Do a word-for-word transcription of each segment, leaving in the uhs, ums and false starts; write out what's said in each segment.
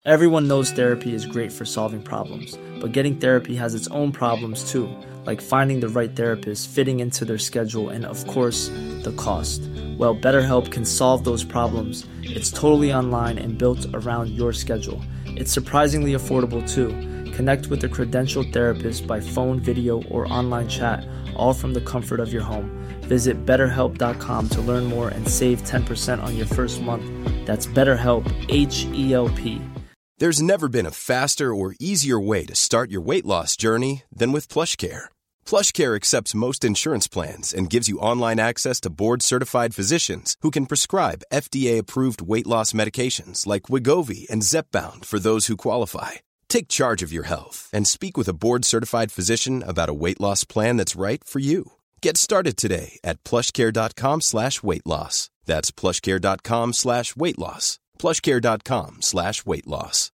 Everyone knows therapy is great for solving problems, but getting therapy has its own problems too, like finding the right therapist, fitting into their schedule, and of course, the cost. Well, BetterHelp can solve those problems. It's totally online and built around your schedule. It's surprisingly affordable too. Connect with a credentialed therapist by phone, video, or online chat, all from the comfort of your home. Visit better help dot com to learn more and save ten percent on your first month. That's BetterHelp, H E L P. There's never been a faster or easier way to start your weight loss journey than with PlushCare. PlushCare accepts most insurance plans and gives you online access to board-certified physicians who can prescribe F D A-approved weight loss medications like Wegovy and Zepbound for those who qualify. Take charge of your health and speak with a board-certified physician about a weight loss plan that's right for you. Get started today at plushcare.com slash weight loss. That's plushcare.com slash weight loss. plushcare.com slash weight loss.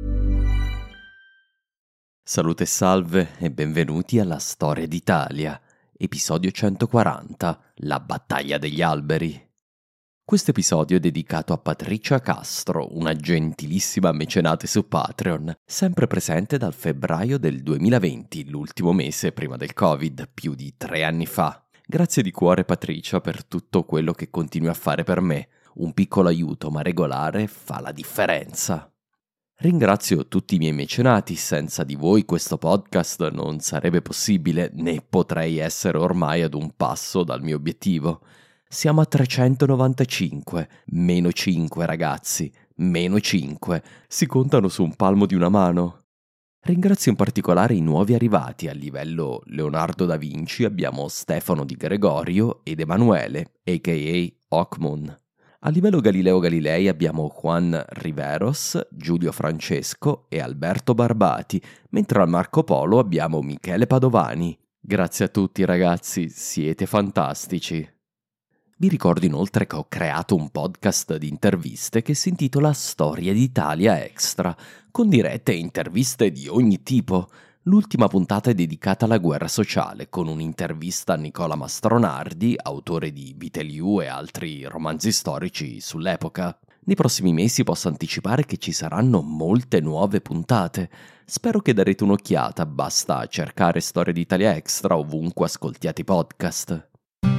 Salute e salve e benvenuti alla Storia d'Italia, episodio centoquaranta, la battaglia degli alberi. Questo episodio è dedicato a Patricia Castro, una gentilissima mecenate su Patreon, sempre presente dal febbraio del duemilaventi, l'ultimo mese prima del Covid, più di tre anni fa. Grazie di cuore Patricia per tutto quello che continui a fare per me. Un piccolo aiuto ma regolare fa la differenza. Ringrazio tutti i miei mecenati, senza di voi questo podcast non sarebbe possibile, né potrei essere ormai ad un passo dal mio obiettivo. Siamo a trecentonovantacinque, meno cinque ragazzi, meno cinque, si contano su un palmo di una mano. Ringrazio in particolare i nuovi arrivati. A livello Leonardo da Vinci abbiamo Stefano Di Gregorio ed Emanuele, a k a. Hawkmoon. A livello Galileo Galilei abbiamo Juan Riveros, Giulio Francesco e Alberto Barbati, mentre al Marco Polo abbiamo Michele Padovani. Grazie a tutti ragazzi, siete fantastici. Vi ricordo inoltre che ho creato un podcast di interviste che si intitola Storia d'Italia Extra, con dirette e interviste di ogni tipo. L'ultima puntata è dedicata alla guerra sociale, con un'intervista a Nicola Mastronardi, autore di Vitellù e altri romanzi storici sull'epoca. Nei prossimi mesi posso anticipare che ci saranno molte nuove puntate. Spero che darete un'occhiata, basta cercare Storia d'Italia Extra ovunque ascoltiate i podcast.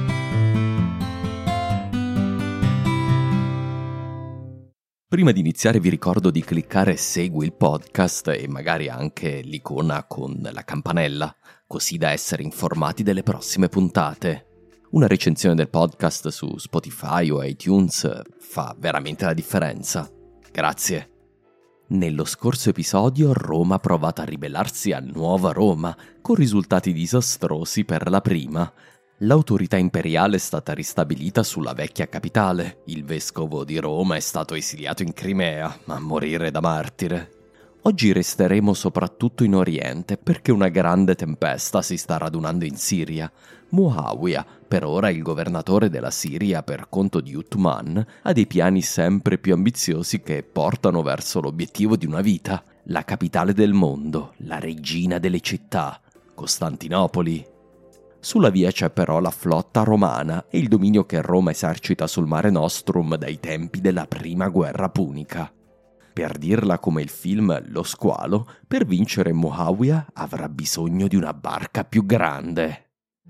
Prima di iniziare vi ricordo di cliccare segui il podcast e magari anche l'icona con la campanella, così da essere informati delle prossime puntate. Una recensione del podcast su Spotify o iTunes fa veramente la differenza. Grazie. Nello scorso episodio Roma ha provato a ribellarsi a Nuova Roma, con risultati disastrosi per la prima. L'autorità imperiale è stata ristabilita sulla vecchia capitale. Il vescovo di Roma è stato esiliato in Crimea, a morire da martire. Oggi resteremo soprattutto in Oriente perché una grande tempesta si sta radunando in Siria. Muawiyah, per ora il governatore della Siria per conto di Uthman, ha dei piani sempre più ambiziosi che portano verso l'obiettivo di una vita, la capitale del mondo, la regina delle città, Costantinopoli. Sulla via c'è però la flotta romana e il dominio che Roma esercita sul Mare Nostrum dai tempi della prima guerra punica. Per dirla come il film Lo Squalo, per vincere Muawiyah avrà bisogno di una barca più grande.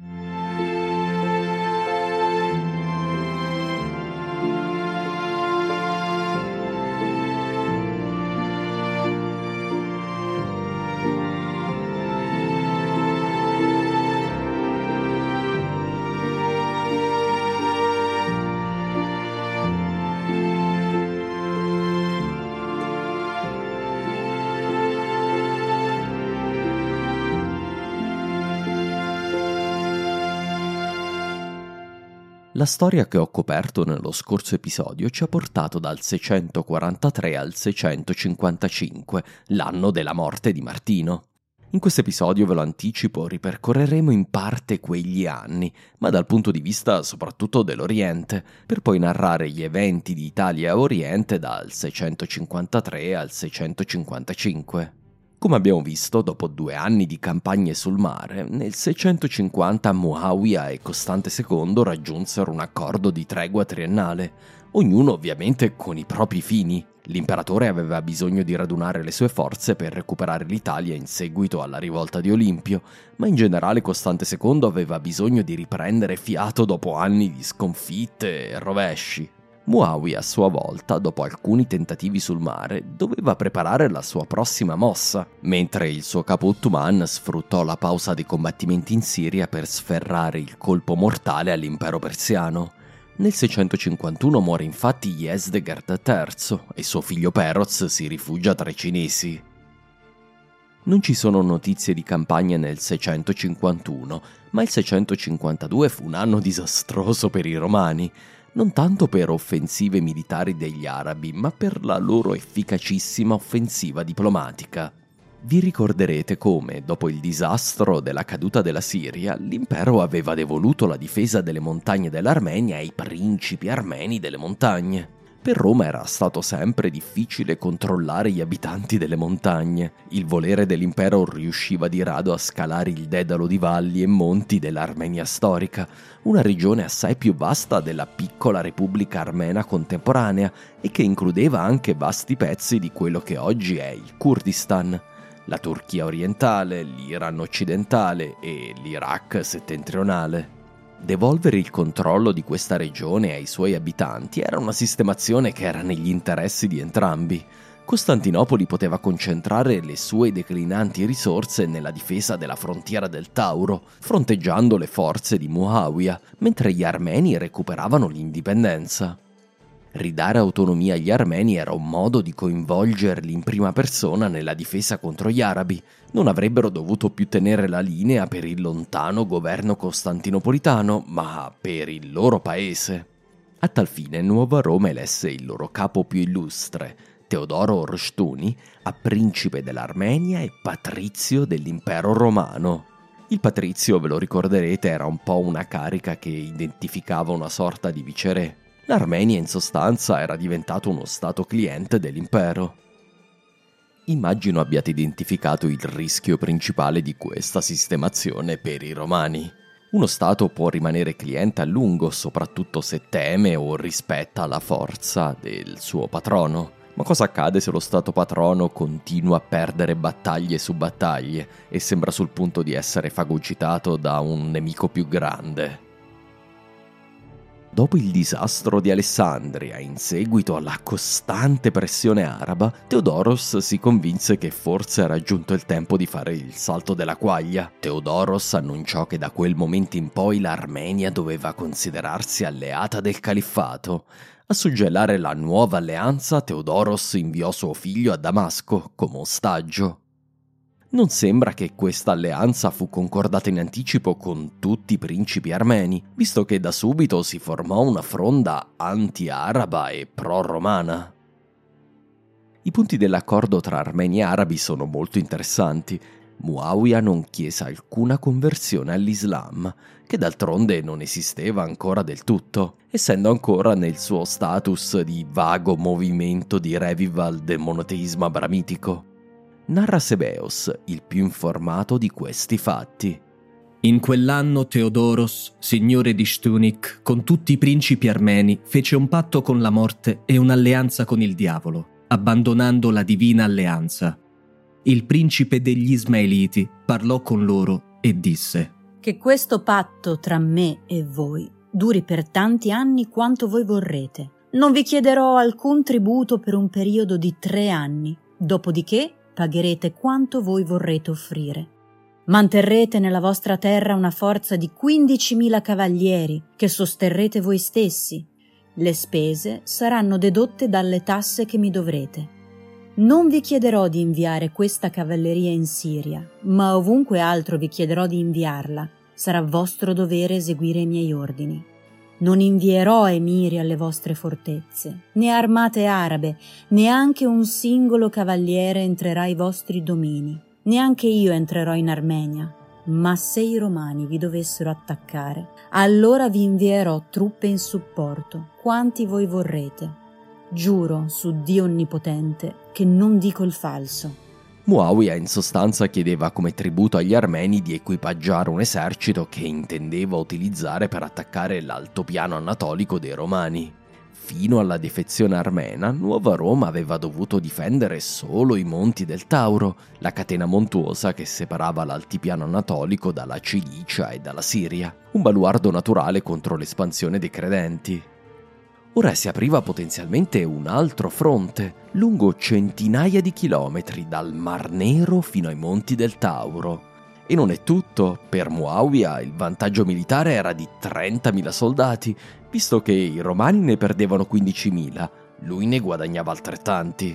La storia che ho coperto nello scorso episodio ci ha portato dal seicentoquarantatré al seicentocinquantacinque, l'anno della morte di Martino. In questo episodio, ve lo anticipo, ripercorreremo in parte quegli anni, ma dal punto di vista soprattutto dell'Oriente, per poi narrare gli eventi di Italia e Oriente dal seicentocinquantatré al seicentocinquantacinque. Come abbiamo visto, dopo due anni di campagne sul mare, nel seicentocinquanta Muawiyah e Costante secondo raggiunsero un accordo di tregua triennale, ognuno ovviamente con i propri fini. L'imperatore aveva bisogno di radunare le sue forze per recuperare l'Italia in seguito alla rivolta di Olimpio, ma in generale Costante secondo aveva bisogno di riprendere fiato dopo anni di sconfitte e rovesci. Muawiya a sua volta, dopo alcuni tentativi sul mare, doveva preparare la sua prossima mossa, mentre il suo capo Ottoman sfruttò la pausa dei combattimenti in Siria per sferrare il colpo mortale all'impero persiano. Nel seicentocinquantuno muore infatti Yezdegerd terzo e suo figlio Peroz si rifugia tra i cinesi. Non ci sono notizie di campagne nel seicentocinquantuno, ma il seicentocinquantadue fu un anno disastroso per i romani, non tanto per offensive militari degli arabi, ma per la loro efficacissima offensiva diplomatica. Vi ricorderete come, dopo il disastro della caduta della Siria, l'impero aveva devoluto la difesa delle montagne dell'Armenia ai principi armeni delle montagne. Per Roma era stato sempre difficile controllare gli abitanti delle montagne. Il volere dell'impero riusciva di rado a scalare il dedalo di valli e monti dell'Armenia storica, una regione assai più vasta della piccola Repubblica Armena contemporanea e che includeva anche vasti pezzi di quello che oggi è il Kurdistan, la Turchia orientale, l'Iran occidentale e l'Iraq settentrionale. Devolvere il controllo di questa regione ai suoi abitanti era una sistemazione che era negli interessi di entrambi. Costantinopoli poteva concentrare le sue declinanti risorse nella difesa della frontiera del Tauro, fronteggiando le forze di Muawiya, mentre gli armeni recuperavano l'indipendenza. Ridare autonomia agli armeni era un modo di coinvolgerli in prima persona nella difesa contro gli arabi. Non avrebbero dovuto più tenere la linea per il lontano governo costantinopolitano, ma per il loro paese. A tal fine Nuova Roma elesse il loro capo più illustre, Teodoro Orshtuni, a principe dell'Armenia e patrizio dell'impero romano. Il patrizio, ve lo ricorderete, era un po' una carica che identificava una sorta di viceré. L'Armenia in sostanza era diventato uno stato cliente dell'impero. Immagino abbiate identificato il rischio principale di questa sistemazione per i romani. Uno stato può rimanere cliente a lungo, soprattutto se teme o rispetta la forza del suo patrono. Ma cosa accade se lo stato patrono continua a perdere battaglie su battaglie e sembra sul punto di essere fagocitato da un nemico più grande? Dopo il disastro di Alessandria, in seguito alla costante pressione araba, Teodoros si convinse che forse era giunto il tempo di fare il salto della quaglia. Teodoros annunciò che da quel momento in poi l'Armenia doveva considerarsi alleata del califfato. A suggellare la nuova alleanza, Teodoros inviò suo figlio a Damasco come ostaggio. Non sembra che questa alleanza fu concordata in anticipo con tutti i principi armeni, visto che da subito si formò una fronda anti-araba e pro-romana. I punti dell'accordo tra armeni e arabi sono molto interessanti. Muawiya non chiese alcuna conversione all'Islam, che d'altronde non esisteva ancora del tutto, essendo ancora nel suo status di vago movimento di revival del monoteismo abramitico. Narra Sebeos, il più informato di questi fatti. In quell'anno Teodoros, signore di Shtunik, con tutti i principi armeni, fece un patto con la morte e un'alleanza con il diavolo, abbandonando la divina alleanza. Il principe degli Ismaeliti parlò con loro e disse: che questo patto tra me e voi duri per tanti anni quanto voi vorrete. Non vi chiederò alcun tributo per un periodo di tre anni, dopodiché pagherete quanto voi vorrete offrire. Manterrete nella vostra terra una forza di quindicimila cavalieri che sosterrete voi stessi. Le spese saranno dedotte dalle tasse che mi dovrete. Non vi chiederò di inviare questa cavalleria in Siria, ma ovunque altro vi chiederò di inviarla, sarà vostro dovere eseguire i miei ordini. Non invierò emiri alle vostre fortezze, né armate arabe, neanche un singolo cavaliere entrerà ai vostri domini. Neanche io entrerò in Armenia. Ma se i romani vi dovessero attaccare, allora vi invierò truppe in supporto, quanti voi vorrete. Giuro su Dio Onnipotente che non dico il falso. Muawiya in sostanza chiedeva come tributo agli armeni di equipaggiare un esercito che intendeva utilizzare per attaccare l'altopiano anatolico dei romani. fino alla defezione armena, Nuova Roma aveva dovuto difendere solo i Monti del Tauro, la catena montuosa che separava l'altipiano anatolico dalla Cilicia e dalla Siria, un baluardo naturale contro l'espansione dei credenti. Ora si apriva potenzialmente un altro fronte, lungo centinaia di chilometri dal Mar Nero fino ai Monti del Tauro. E non è tutto, per Muawiyah il vantaggio militare era di trentamila soldati, visto che i romani ne perdevano quindicimila, lui ne guadagnava altrettanti.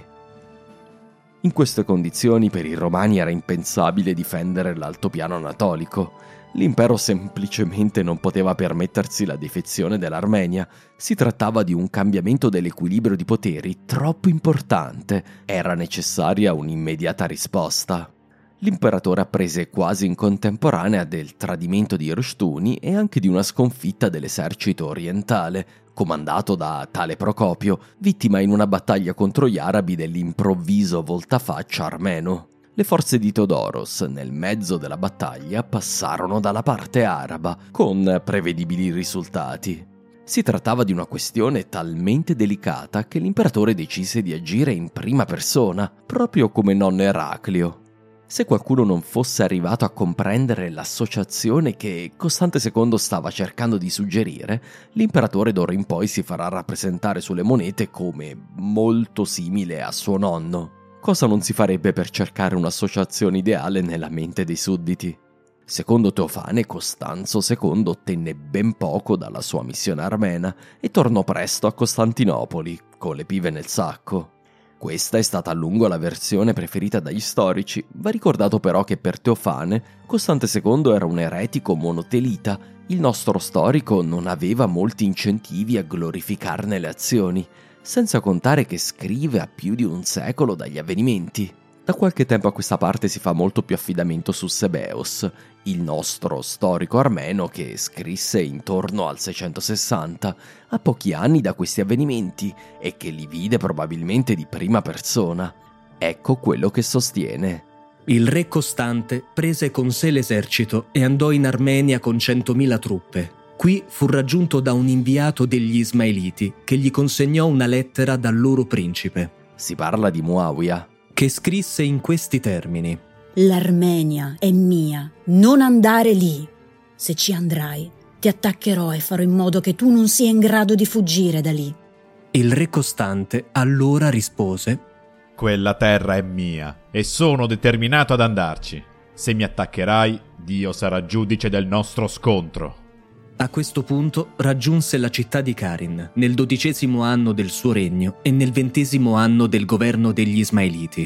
In queste condizioni per i romani era impensabile difendere l'altopiano anatolico. L'impero semplicemente non poteva permettersi la defezione dell'Armenia. Si trattava di un cambiamento dell'equilibrio di poteri troppo importante. Era necessaria un'immediata risposta. L'imperatore apprese quasi in contemporanea del tradimento di Rushtuni e anche di una sconfitta dell'esercito orientale, comandato da tale Procopio, vittima in una battaglia contro gli arabi dell'improvviso voltafaccia armeno. Le forze di Teodoros, nel mezzo della battaglia, passarono dalla parte araba, con prevedibili risultati. Si trattava di una questione talmente delicata che l'imperatore decise di agire in prima persona, proprio come nonno Eraclio. Se qualcuno non fosse arrivato a comprendere l'associazione che Costante secondo stava cercando di suggerire, l'imperatore d'ora in poi si farà rappresentare sulle monete come molto simile a suo nonno. Cosa non si farebbe per cercare un'associazione ideale nella mente dei sudditi? Secondo Teofane, Costanzo secondo ottenne ben poco dalla sua missione armena e tornò presto a Costantinopoli, con le pive nel sacco. Questa è stata a lungo la versione preferita dagli storici. Va ricordato però che per Teofane, Costante secondo era un eretico monotelita. Il nostro storico non aveva molti incentivi a glorificarne le azioni, senza contare che scrive a più di un secolo dagli avvenimenti. Da qualche tempo a questa parte si fa molto più affidamento su Sebeos, il nostro storico armeno che scrisse intorno al seicentosessanta, a pochi anni da questi avvenimenti, e che li vide probabilmente di prima persona. Ecco quello che sostiene. Il re Costante prese con sé l'esercito e andò in Armenia con centomila truppe. Qui fu raggiunto da un inviato degli Ismailiti che gli consegnò una lettera dal loro principe. Si parla di Muawiyah, che scrisse in questi termini: «L'Armenia è mia, non andare lì. Se ci andrai, ti attaccherò e farò in modo che tu non sia in grado di fuggire da lì». Il re Costante allora rispose: «Quella terra è mia e sono determinato ad andarci. Se mi attaccherai, Dio sarà giudice del nostro scontro». A questo punto raggiunse la città di Karin nel dodicesimo anno del suo regno e nel ventesimo anno del governo degli Ismailiti.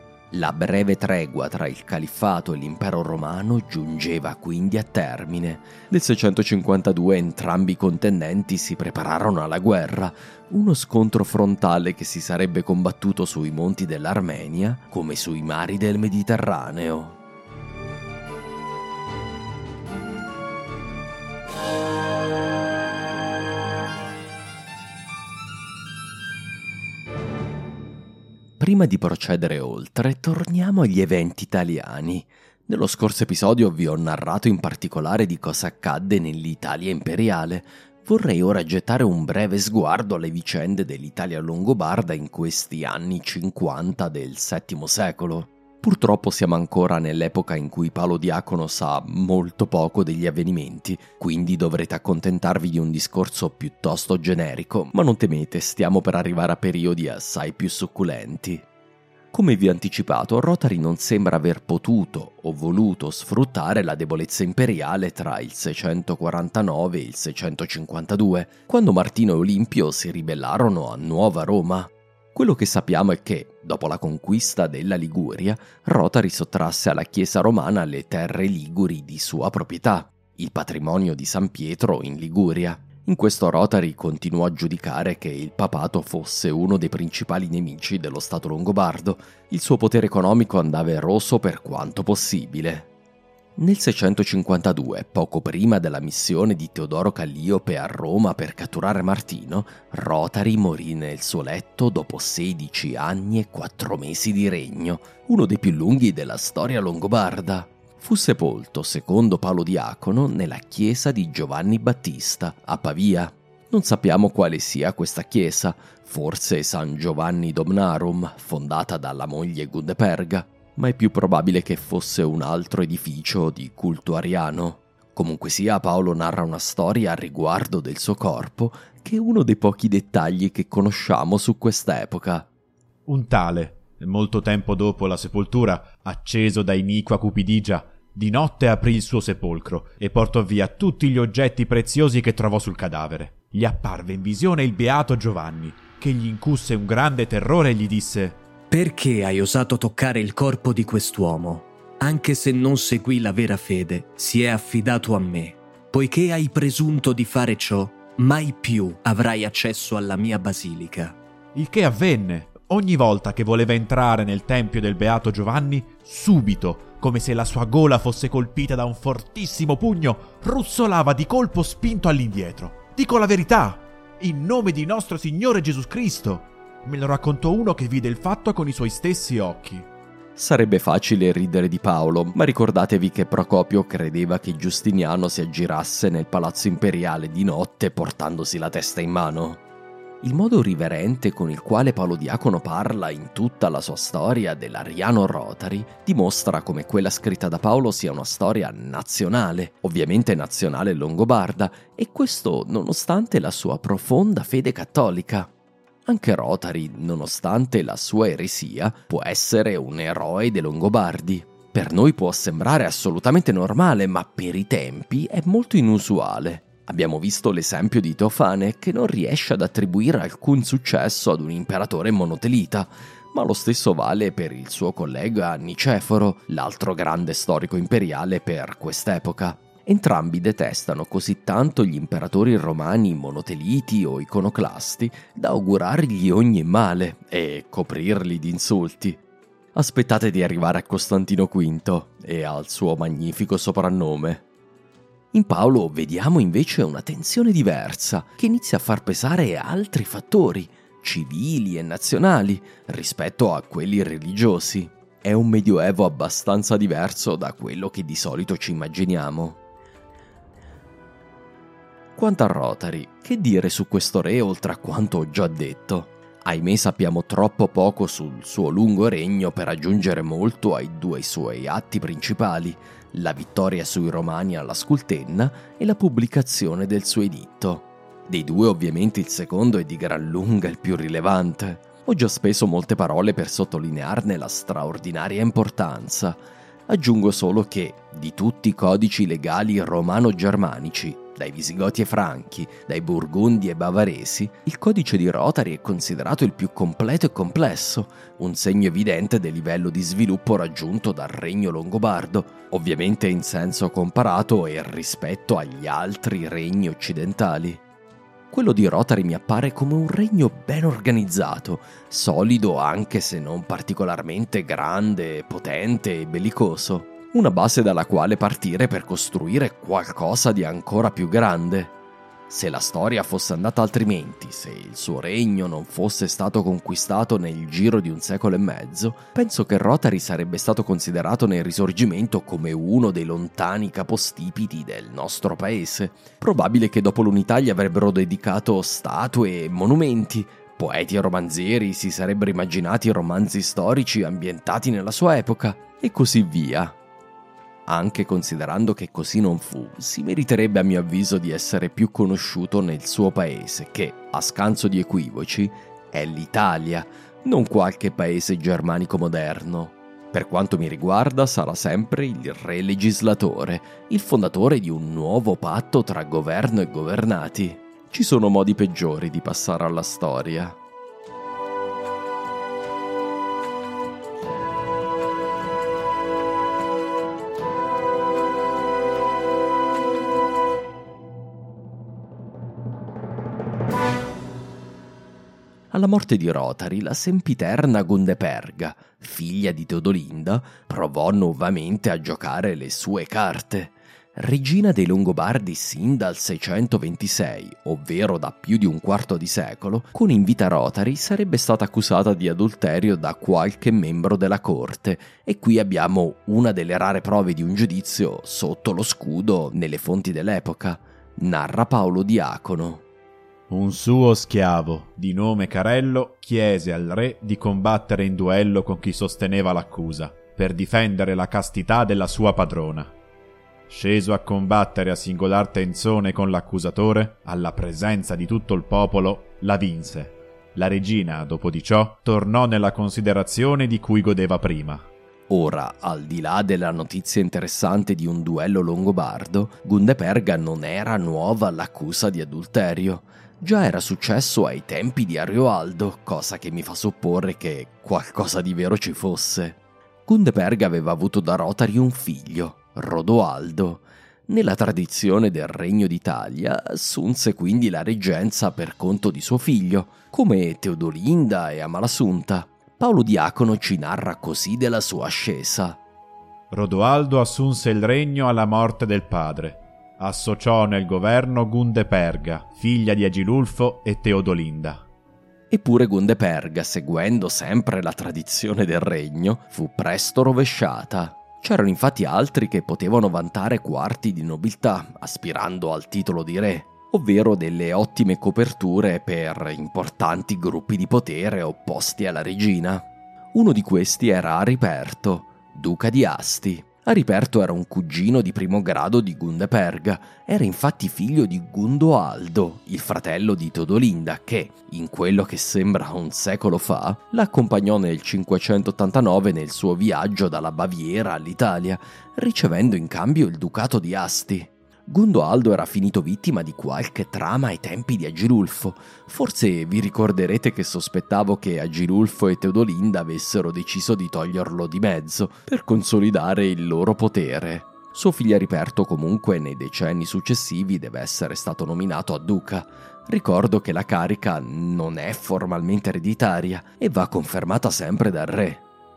La breve tregua tra il califfato e l'impero romano giungeva quindi a termine. Nel seicentocinquantadue entrambi i contendenti si prepararono alla guerra, uno scontro frontale che si sarebbe combattuto sui monti dell'Armenia come sui mari del Mediterraneo. Prima di procedere oltre, torniamo agli eventi italiani. Nello scorso episodio vi ho narrato in particolare di cosa accadde nell'Italia imperiale. Vorrei ora gettare un breve sguardo alle vicende dell'Italia longobarda in questi anni cinquanta del settimo secolo. Purtroppo siamo ancora nell'epoca in cui Paolo Diacono sa molto poco degli avvenimenti, quindi dovrete accontentarvi di un discorso piuttosto generico, ma non temete, stiamo per arrivare a periodi assai più succulenti. Come vi ho anticipato, Rotari non sembra aver potuto o voluto sfruttare la debolezza imperiale tra il seicentoquarantanove e il seicentocinquantadue, quando Martino e Olimpio si ribellarono a Nuova Roma. Quello che sappiamo è che, dopo la conquista della Liguria, Rotari sottrasse alla Chiesa romana le terre liguri di sua proprietà, il patrimonio di San Pietro in Liguria. In questo Rotari continuò a giudicare che il papato fosse uno dei principali nemici dello Stato longobardo. Il suo potere economico andava eroso per quanto possibile. Nel seicentocinquantadue, poco prima della missione di Teodoro Calliope a Roma per catturare Martino, Rotari morì nel suo letto dopo sedici anni e quattro mesi di regno, uno dei più lunghi della storia longobarda. Fu sepolto, secondo Paolo Diacono, nella chiesa di Giovanni Battista, a Pavia. Non sappiamo quale sia questa chiesa, forse San Giovanni Domnarum, fondata dalla moglie Gundeperga, ma è più probabile che fosse un altro edificio di culto ariano. Comunque sia, Paolo narra una storia a riguardo del suo corpo, che è uno dei pochi dettagli che conosciamo su questa epoca. Un tale, molto tempo dopo la sepoltura, acceso da iniqua cupidigia, di notte aprì il suo sepolcro e portò via tutti gli oggetti preziosi che trovò sul cadavere. Gli apparve in visione il beato Giovanni, che gli incusse un grande terrore e gli disse: «Perché hai osato toccare il corpo di quest'uomo? Anche se non seguì la vera fede, si è affidato a me. Poiché hai presunto di fare ciò, mai più avrai accesso alla mia basilica». Il che avvenne. Ogni volta che voleva entrare nel tempio del beato Giovanni, subito, come se la sua gola fosse colpita da un fortissimo pugno, russolava di colpo spinto all'indietro. Dico la verità, in nome di nostro Signore Gesù Cristo. Me lo raccontò uno che vide il fatto con i suoi stessi occhi. Sarebbe facile ridere di Paolo, ma ricordatevi che Procopio credeva che Giustiniano si aggirasse nel palazzo imperiale di notte portandosi la testa in mano. Il modo riverente con il quale Paolo Diacono parla in tutta la sua storia dell'Ariano Rotary dimostra come quella scritta da Paolo sia una storia nazionale, ovviamente nazionale longobarda, e questo nonostante la sua profonda fede cattolica. Anche Rotary, nonostante la sua eresia, può essere un eroe dei Longobardi. Per noi può sembrare assolutamente normale, ma per i tempi è molto inusuale. Abbiamo visto l'esempio di Teofane, che non riesce ad attribuire alcun successo ad un imperatore monotelita, ma lo stesso vale per il suo collega Niceforo, l'altro grande storico imperiale per quest'epoca. Entrambi detestano così tanto gli imperatori romani monoteliti o iconoclasti da augurargli ogni male e coprirli di insulti. Aspettate di arrivare a Costantino quinto e al suo magnifico soprannome. In Paolo vediamo invece una tensione diversa che inizia a far pesare altri fattori, civili e nazionali, rispetto a quelli religiosi. È un medioevo abbastanza diverso da quello che di solito ci immaginiamo. Quanto a Rotary, che dire su questo re oltre a quanto ho già detto? Ahimè sappiamo troppo poco sul suo lungo regno per aggiungere molto ai due suoi atti principali, la vittoria sui Romani alla Scultenna e la pubblicazione del suo editto. Dei due ovviamente il secondo è di gran lunga il più rilevante. Ho già speso molte parole per sottolinearne la straordinaria importanza. Aggiungo solo che, di tutti i codici legali romano-germanici, dai Visigoti e Franchi, dai Burgundi e Bavaresi, il codice di Rotary è considerato il più completo e complesso, un segno evidente del livello di sviluppo raggiunto dal regno longobardo, ovviamente in senso comparato e rispetto agli altri regni occidentali. Quello di Rotary mi appare come un regno ben organizzato, solido anche se non particolarmente grande, potente e bellicoso. Una base dalla quale partire per costruire qualcosa di ancora più grande. Se la storia fosse andata altrimenti, se il suo regno non fosse stato conquistato nel giro di un secolo e mezzo, penso che Rotary sarebbe stato considerato nel Risorgimento come uno dei lontani capostipiti del nostro paese. Probabile che dopo l'unità gli avrebbero dedicato statue e monumenti. Poeti e romanzieri si sarebbero immaginati romanzi storici ambientati nella sua epoca, e così via. Anche considerando che così non fu, si meriterebbe a mio avviso di essere più conosciuto nel suo paese, che, a scanso di equivoci, è l'Italia, non qualche paese germanico moderno. Per quanto mi riguarda, sarà sempre il re legislatore, il fondatore di un nuovo patto tra governo e governati. Ci sono modi peggiori di passare alla storia. Alla morte di Rotary, la sempiterna Gundeperga, figlia di Teodolinda, provò nuovamente a giocare le sue carte. Regina dei Longobardi sin dal seicentoventisei, ovvero da più di un quarto di secolo, con in vita Rotary sarebbe stata accusata di adulterio da qualche membro della corte, e qui abbiamo una delle rare prove di un giudizio sotto lo scudo nelle fonti dell'epoca. Narra Paolo Diacono. Un suo schiavo, di nome Carello, chiese al re di combattere in duello con chi sosteneva l'accusa, per difendere la castità della sua padrona. Sceso a combattere a singolar tenzone con l'accusatore, alla presenza di tutto il popolo, la vinse. La regina, dopo di ciò, tornò nella considerazione di cui godeva prima. Ora, al di là della notizia interessante di un duello longobardo, Gundeperga non era nuova all'accusa di adulterio. Già era successo ai tempi di Arioaldo, cosa che mi fa supporre che qualcosa di vero ci fosse. Gundeperga aveva avuto da Rotari un figlio, Rodoaldo. Nella tradizione del Regno d'Italia assunse quindi la reggenza per conto di suo figlio, come Teodolinda e Amalasuntha. Paolo Diacono ci narra così della sua ascesa. Rodoaldo assunse il regno alla morte del padre. Associò nel governo Gundeperga, figlia di Agilulfo e Teodolinda. Eppure Gundeperga, seguendo sempre la tradizione del regno, fu presto rovesciata. C'erano infatti altri che potevano vantare quarti di nobiltà, aspirando al titolo di re, ovvero delle ottime coperture per importanti gruppi di potere opposti alla regina. Uno di questi era Ariperto, duca di Asti. Ariperto era un cugino di primo grado di Gundeperga, era infatti figlio di Gundoaldo, il fratello di Teodolinda, che, in quello che sembra un secolo fa, l'accompagnò nel cinquecentottantanove nel suo viaggio dalla Baviera all'Italia, ricevendo in cambio il ducato di Asti. Gundoaldo era finito vittima di qualche trama ai tempi di Agilulfo. Forse vi ricorderete che sospettavo che Agilulfo e Teodolinda avessero deciso di toglierlo di mezzo per consolidare il loro potere. Suo figlio Ariperto comunque nei decenni successivi deve essere stato nominato a duca. Ricordo che la carica non è formalmente ereditaria e va confermata sempre dal re.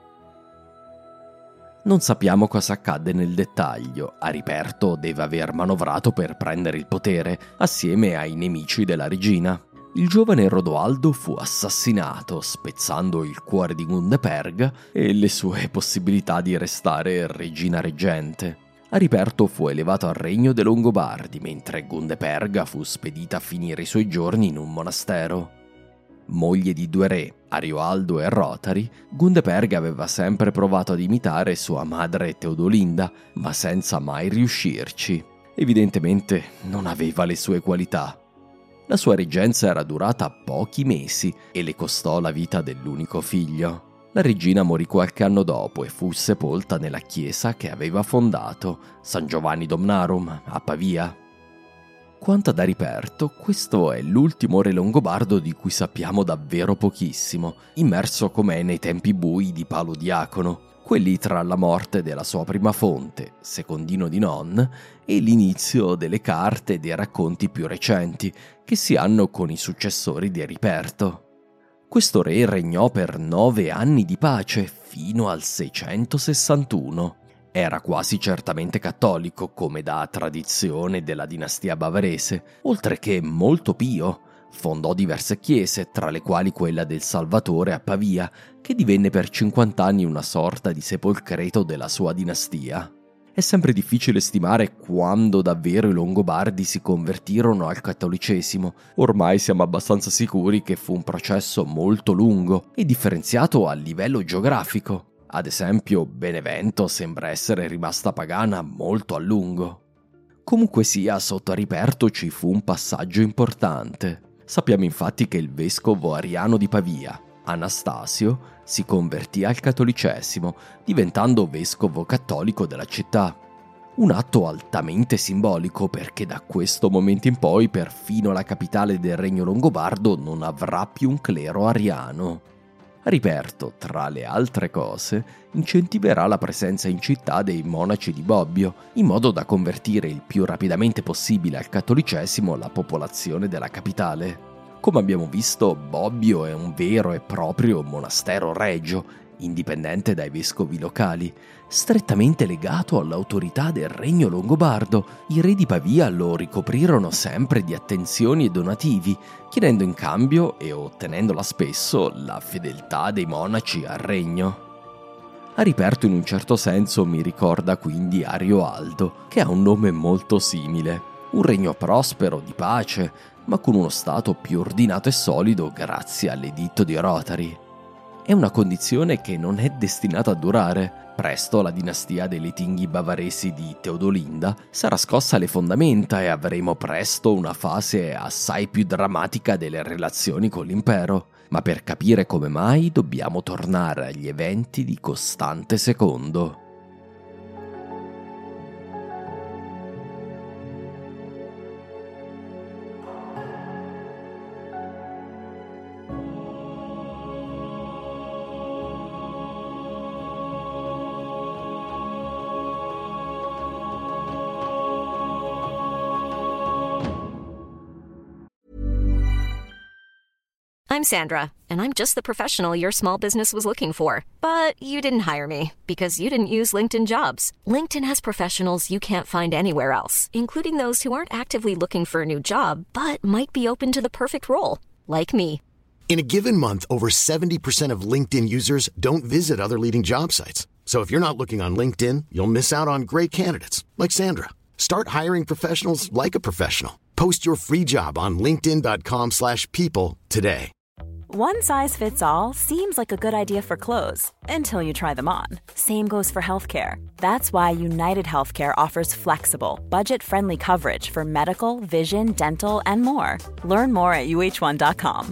Non sappiamo cosa accadde nel dettaglio. Ariperto deve aver manovrato per prendere il potere, assieme ai nemici della regina. Il giovane Rodoaldo fu assassinato, spezzando il cuore di Gundeperga e le sue possibilità di restare regina reggente. Ariperto fu elevato al regno dei Longobardi, mentre Gundeperga fu spedita a finire i suoi giorni in un monastero. Moglie di due re, Arioaldo e Rotari, Gundeperga aveva sempre provato ad imitare sua madre Teodolinda, ma senza mai riuscirci. Evidentemente non aveva le sue qualità. La sua reggenza era durata pochi mesi e le costò la vita dell'unico figlio. La regina morì qualche anno dopo e fu sepolta nella chiesa che aveva fondato, San Giovanni Domnarum, a Pavia. Quanto ad Ariperto, questo è l'ultimo re longobardo di cui sappiamo davvero pochissimo, immerso com'è nei tempi bui di Paolo Diacono, quelli tra la morte della sua prima fonte, Secondino di Non, e l'inizio delle carte e dei racconti più recenti, che si hanno con i successori di Ariperto. Questo re regnò per nove anni di pace, fino al seicentosessantuno. Era quasi certamente cattolico, come da tradizione della dinastia bavarese, oltre che molto pio. Fondò diverse chiese, tra le quali quella del Salvatore a Pavia, che divenne per cinquant'anni una sorta di sepolcreto della sua dinastia. È sempre difficile stimare quando davvero i Longobardi si convertirono al cattolicesimo. Ormai siamo abbastanza sicuri che fu un processo molto lungo e differenziato a livello geografico. Ad esempio, Benevento sembra essere rimasta pagana molto a lungo. Comunque sia, sotto Ariperto ci fu un passaggio importante. Sappiamo infatti che il vescovo ariano di Pavia, Anastasio, si convertì al cattolicesimo, diventando vescovo cattolico della città. Un atto altamente simbolico perché da questo momento in poi perfino la capitale del regno longobardo non avrà più un clero ariano. Ariperto, tra le altre cose, incentiverà la presenza in città dei monaci di Bobbio, in modo da convertire il più rapidamente possibile al cattolicesimo la popolazione della capitale. Come abbiamo visto, Bobbio è un vero e proprio monastero regio, indipendente dai vescovi locali, strettamente legato all'autorità del regno longobardo. I re di Pavia lo ricoprirono sempre di attenzioni e donativi, chiedendo in cambio, e ottenendola spesso, la fedeltà dei monaci al regno. Ariperto in un certo senso mi ricorda quindi Arioaldo, che ha un nome molto simile. Un regno prospero, di pace, ma con uno stato più ordinato e solido grazie all'editto di Rotary. È una condizione che non è destinata a durare. Presto la dinastia dei Letinghi bavaresi di Teodolinda sarà scossa alle fondamenta e avremo presto una fase assai più drammatica delle relazioni con l'impero. Ma per capire come mai dobbiamo tornare agli eventi di Costante secondo. I'm Sandra, and I'm just the professional your small business was looking for. But you didn't hire me because you didn't use LinkedIn Jobs. LinkedIn has professionals you can't find anywhere else, including those who aren't actively looking for a new job, but might be open to the perfect role, like me. In a given month, over seventy percent of LinkedIn users don't visit other leading job sites. So if you're not looking on LinkedIn, you'll miss out on great candidates, like Sandra. Start hiring professionals like a professional. Post your free job on linkedin.com slash people today. One size fits all seems like a good idea for clothes until you try them on. Same goes for healthcare. That's why United Healthcare offers flexible, budget-friendly coverage for medical, vision, dental, and more. Learn more at U H one dot com.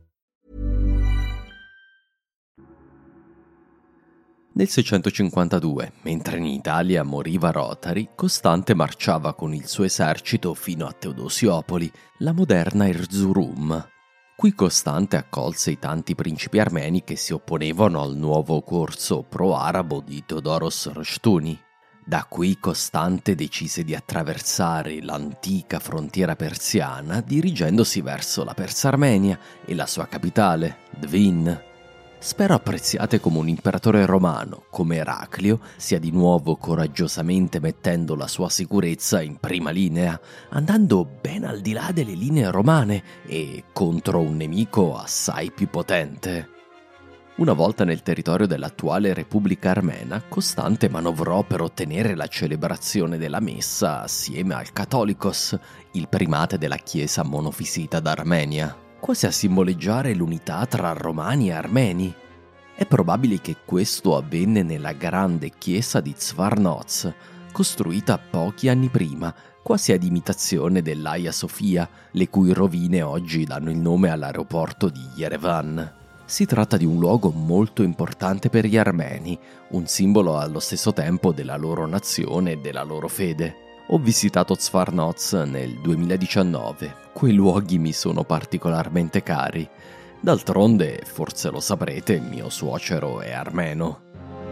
Nel seicentocinquantadue, mentre in Italia moriva Rotary, Costante marciava con il suo esercito fino a Teodosiopoli, la moderna Erzurum. Qui Costante accolse i tanti principi armeni che si opponevano al nuovo corso pro-arabo di Theodoros Rushtuni. Da qui Costante decise di attraversare l'antica frontiera persiana dirigendosi verso la Persa Armenia e la sua capitale, Dvin. Spero apprezziate come un imperatore romano, come Eraclio, sia di nuovo coraggiosamente mettendo la sua sicurezza in prima linea, andando ben al di là delle linee romane e contro un nemico assai più potente. Una volta nel territorio dell'attuale Repubblica Armena, Costante manovrò per ottenere la celebrazione della messa assieme al Catholicos, il primate della chiesa monofisita d'Armenia, quasi a simboleggiare l'unità tra romani e armeni. È probabile che questo avvenne nella grande chiesa di Zvartnots, costruita pochi anni prima, quasi ad imitazione dell'Aia Sofia, le cui rovine oggi danno il nome all'aeroporto di Yerevan. Si tratta di un luogo molto importante per gli armeni, un simbolo allo stesso tempo della loro nazione e della loro fede. Ho visitato Zvartnots nel duemiladiciannove, quei luoghi mi sono particolarmente cari. D'altronde, forse lo saprete, mio suocero è armeno.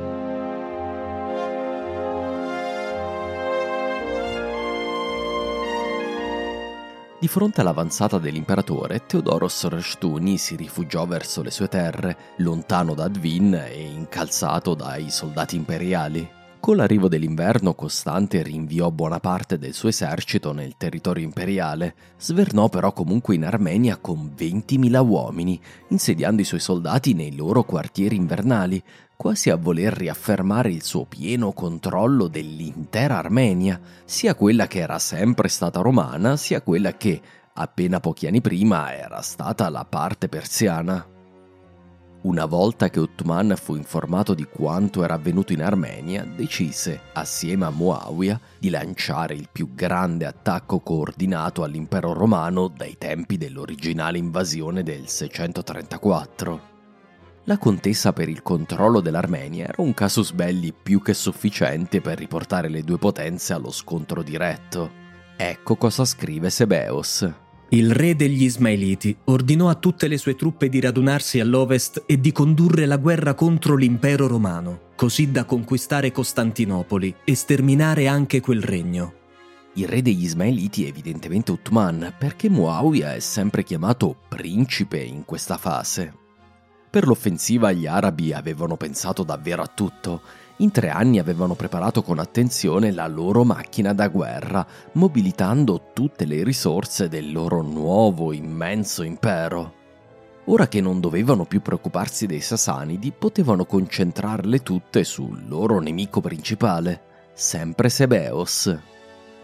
Di fronte all'avanzata dell'imperatore, Theodoros Rushtuni si rifugiò verso le sue terre, lontano da Dvin e incalzato dai soldati imperiali. Con l'arrivo dell'inverno, Costante rinviò buona parte del suo esercito nel territorio imperiale, svernò però comunque in Armenia con ventimila uomini, insediando i suoi soldati nei loro quartieri invernali, quasi a voler riaffermare il suo pieno controllo dell'intera Armenia, sia quella che era sempre stata romana, sia quella che, appena pochi anni prima, era stata la parte persiana. Una volta che Uthman fu informato di quanto era avvenuto in Armenia, decise, assieme a Muawiyah, di lanciare il più grande attacco coordinato all'impero romano dai tempi dell'originale invasione del seicentotrentaquattro. La contesa per il controllo dell'Armenia era un casus belli più che sufficiente per riportare le due potenze allo scontro diretto. Ecco cosa scrive Sebeos. Il re degli Ismailiti ordinò a tutte le sue truppe di radunarsi all'ovest e di condurre la guerra contro l'impero romano, così da conquistare Costantinopoli e sterminare anche quel regno. Il re degli Ismailiti è evidentemente Uthman, perché Muawiyah è sempre chiamato principe in questa fase. Per l'offensiva gli arabi avevano pensato davvero a tutto. In tre anni avevano preparato con attenzione la loro macchina da guerra, mobilitando tutte le risorse del loro nuovo immenso impero. Ora che non dovevano più preoccuparsi dei Sasanidi, potevano concentrarle tutte sul loro nemico principale, sempre Sebeos.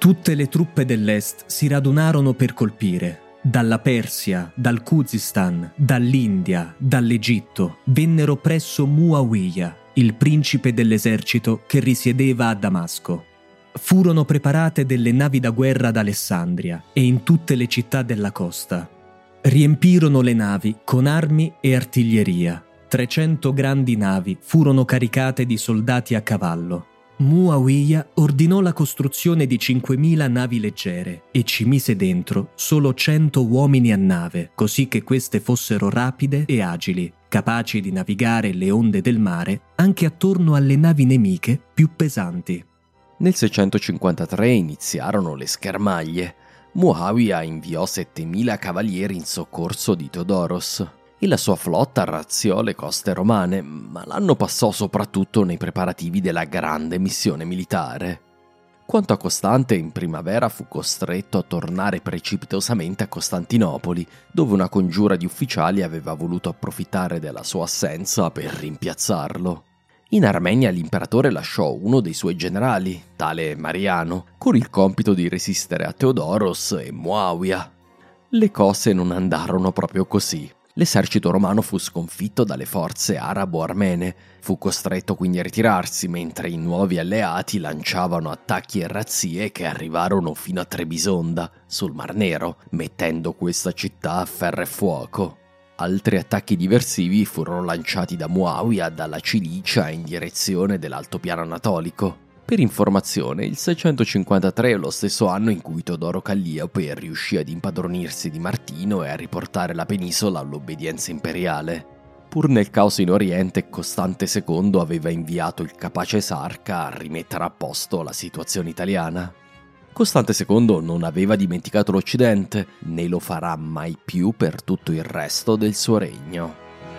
Tutte le truppe dell'est si radunarono per colpire. Dalla Persia, dal Khuzistan, dall'India, dall'Egitto vennero presso Muawiya, il principe dell'esercito che risiedeva a Damasco. Furono preparate delle navi da guerra ad Alessandria e in tutte le città della costa. Riempirono le navi con armi e artiglieria. trecento grandi navi furono caricate di soldati a cavallo. Muawiya ordinò la costruzione di cinquemila navi leggere e ci mise dentro solo cento uomini a nave, così che queste fossero rapide e agili, capaci di navigare le onde del mare anche attorno alle navi nemiche più pesanti. Nel seicentocinquantatré iniziarono le schermaglie. Muawiya inviò settemila cavalieri in soccorso di Teodoros e la sua flotta razziò le coste romane, ma l'anno passò soprattutto nei preparativi della grande missione militare. Quanto a Costante, in primavera fu costretto a tornare precipitosamente a Costantinopoli, dove una congiura di ufficiali aveva voluto approfittare della sua assenza per rimpiazzarlo. In Armenia l'imperatore lasciò uno dei suoi generali, tale Mariano, con il compito di resistere a Teodoros e Muawiya. Le cose non andarono proprio così. L'esercito romano fu sconfitto dalle forze arabo-armene, fu costretto quindi a ritirarsi, mentre i nuovi alleati lanciavano attacchi e razzie che arrivarono fino a Trebisonda, sul Mar Nero, mettendo questa città a ferro e fuoco. Altri attacchi diversivi furono lanciati da Muawiya dalla Cilicia in direzione dell'altopiano anatolico. Per informazione, il seicentocinquantatré è lo stesso anno in cui Teodoro Calliope riuscì ad impadronirsi di Martino e a riportare la penisola all'obbedienza imperiale. Pur nel caos in Oriente, Costante secondo aveva inviato il capace Sarca a rimettere a posto la situazione italiana. Costante secondo non aveva dimenticato l'Occidente, né lo farà mai più per tutto il resto del suo regno.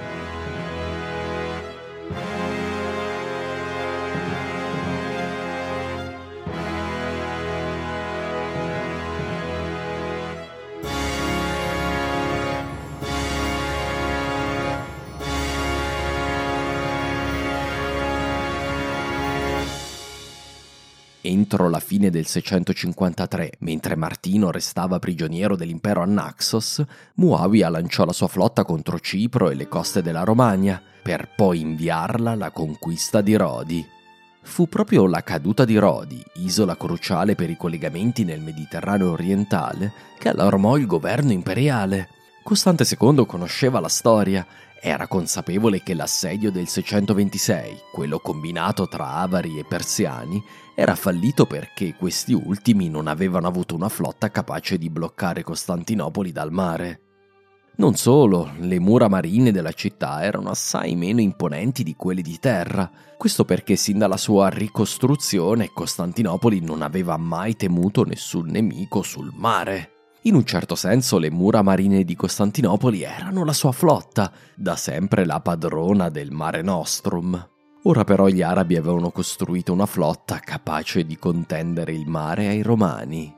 Entro la fine del seicentocinquantatré, mentre Martino restava prigioniero dell'impero a Naxos, Muawiya lanciò la sua flotta contro Cipro e le coste della Romagna, per poi inviarla alla conquista di Rodi. Fu proprio la caduta di Rodi, isola cruciale per i collegamenti nel Mediterraneo orientale, che allarmò il governo imperiale. Costante secondo conosceva la storia. Era consapevole che l'assedio del seicentoventisei, quello combinato tra avari e persiani, era fallito perché questi ultimi non avevano avuto una flotta capace di bloccare Costantinopoli dal mare. Non solo, le mura marine della città erano assai meno imponenti di quelle di terra, questo perché sin dalla sua ricostruzione Costantinopoli non aveva mai temuto nessun nemico sul mare. In un certo senso le mura marine di Costantinopoli erano la sua flotta, da sempre la padrona del Mare Nostrum. Ora però gli arabi avevano costruito una flotta capace di contendere il mare ai romani.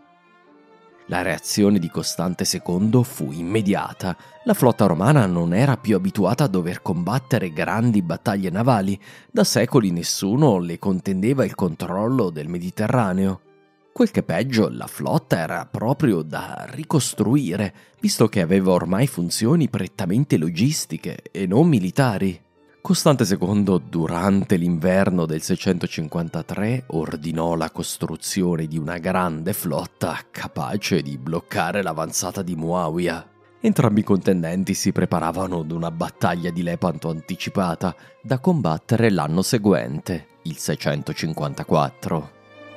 La reazione di Costante secondo fu immediata. La flotta romana non era più abituata a dover combattere grandi battaglie navali, da secoli nessuno le contendeva il controllo del Mediterraneo. Quel che peggio, la flotta era proprio da ricostruire, visto che aveva ormai funzioni prettamente logistiche e non militari. Costante secondo, durante l'inverno del seicentocinquantatré, ordinò la costruzione di una grande flotta capace di bloccare l'avanzata di Muawiya. Entrambi i contendenti si preparavano ad una battaglia di Lepanto anticipata, da combattere l'anno seguente, il seicentocinquantaquattro.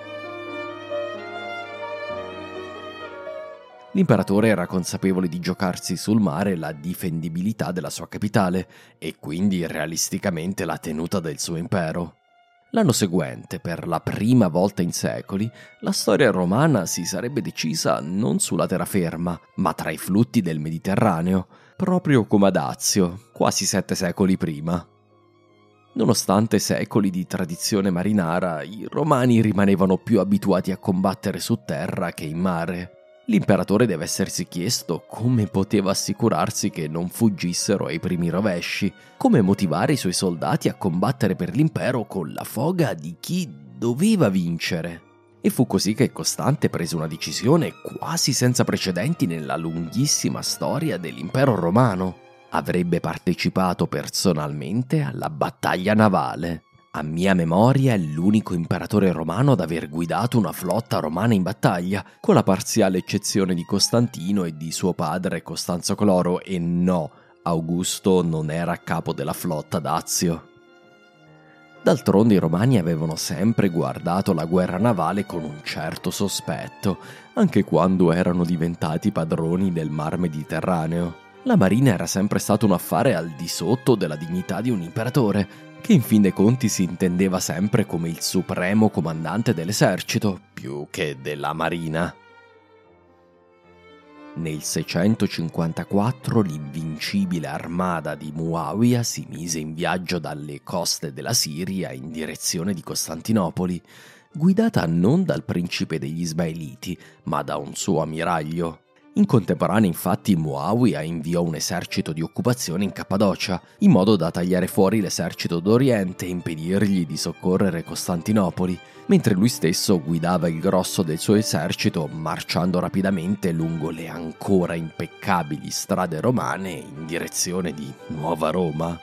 L'imperatore era consapevole di giocarsi sul mare la difendibilità della sua capitale e quindi realisticamente la tenuta del suo impero. L'anno seguente, per la prima volta in secoli, la storia romana si sarebbe decisa non sulla terraferma, ma tra i flutti del Mediterraneo, proprio come ad Azio, quasi sette secoli prima. Nonostante secoli di tradizione marinara, i romani rimanevano più abituati a combattere su terra che in mare. L'imperatore deve essersi chiesto come poteva assicurarsi che non fuggissero ai primi rovesci, come motivare i suoi soldati a combattere per l'impero con la foga di chi doveva vincere. E fu così che Costante prese una decisione quasi senza precedenti nella lunghissima storia dell'impero romano. Avrebbe partecipato personalmente alla battaglia navale. A mia memoria è l'unico imperatore romano ad aver guidato una flotta romana in battaglia, con la parziale eccezione di Costantino e di suo padre Costanzo Cloro, e no, Augusto non era a capo della flotta Dazio. D'altronde i romani avevano sempre guardato la guerra navale con un certo sospetto, anche quando erano diventati padroni del Mar Mediterraneo. La marina era sempre stato un affare al di sotto della dignità di un imperatore, che in fin dei conti si intendeva sempre come il supremo comandante dell'esercito, più che della marina. Nel seicentocinquantaquattro l'invincibile armata di Muawiya si mise in viaggio dalle coste della Siria in direzione di Costantinopoli, guidata non dal principe degli Ismaeliti, ma da un suo ammiraglio. In contemporanea, infatti, Muawiya inviò un esercito di occupazione in Cappadocia, in modo da tagliare fuori l'esercito d'Oriente e impedirgli di soccorrere Costantinopoli, mentre lui stesso guidava il grosso del suo esercito marciando rapidamente lungo le ancora impeccabili strade romane in direzione di Nuova Roma.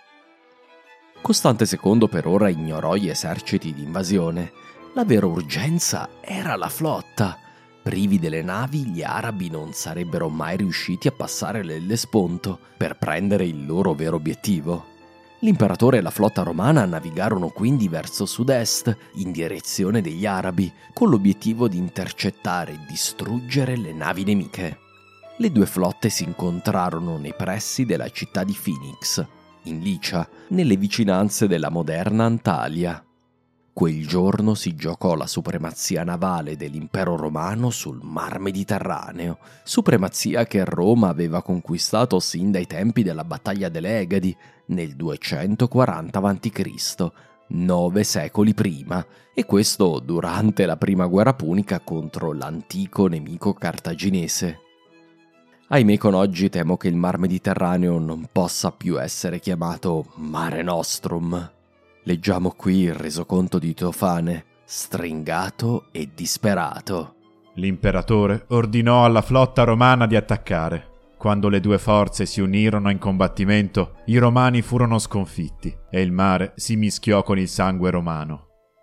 Costante secondo per ora ignorò gli eserciti di invasione. La vera urgenza era la flotta. Privi delle navi, gli arabi non sarebbero mai riusciti a passare l'Ellesponto per prendere il loro vero obiettivo. L'imperatore e la flotta romana navigarono quindi verso sud-est, in direzione degli arabi, con l'obiettivo di intercettare e distruggere le navi nemiche. Le due flotte si incontrarono nei pressi della città di Phoenix, in Licia, nelle vicinanze della moderna Antalya. Quel giorno si giocò la supremazia navale dell'impero romano sul Mar Mediterraneo, supremazia che Roma aveva conquistato sin dai tempi della battaglia delle Egadi nel duecentoquaranta avanti Cristo, nove secoli prima, e questo durante la prima guerra punica contro l'antico nemico cartaginese. Ahimè, con oggi temo che il Mar Mediterraneo non possa più essere chiamato Mare Nostrum. Leggiamo qui il resoconto di Teofane, stringato e disperato. L'imperatore ordinò alla flotta romana di attaccare. Quando le due forze si unirono in combattimento, i romani furono sconfitti e il mare si mischiò con il sangue romano.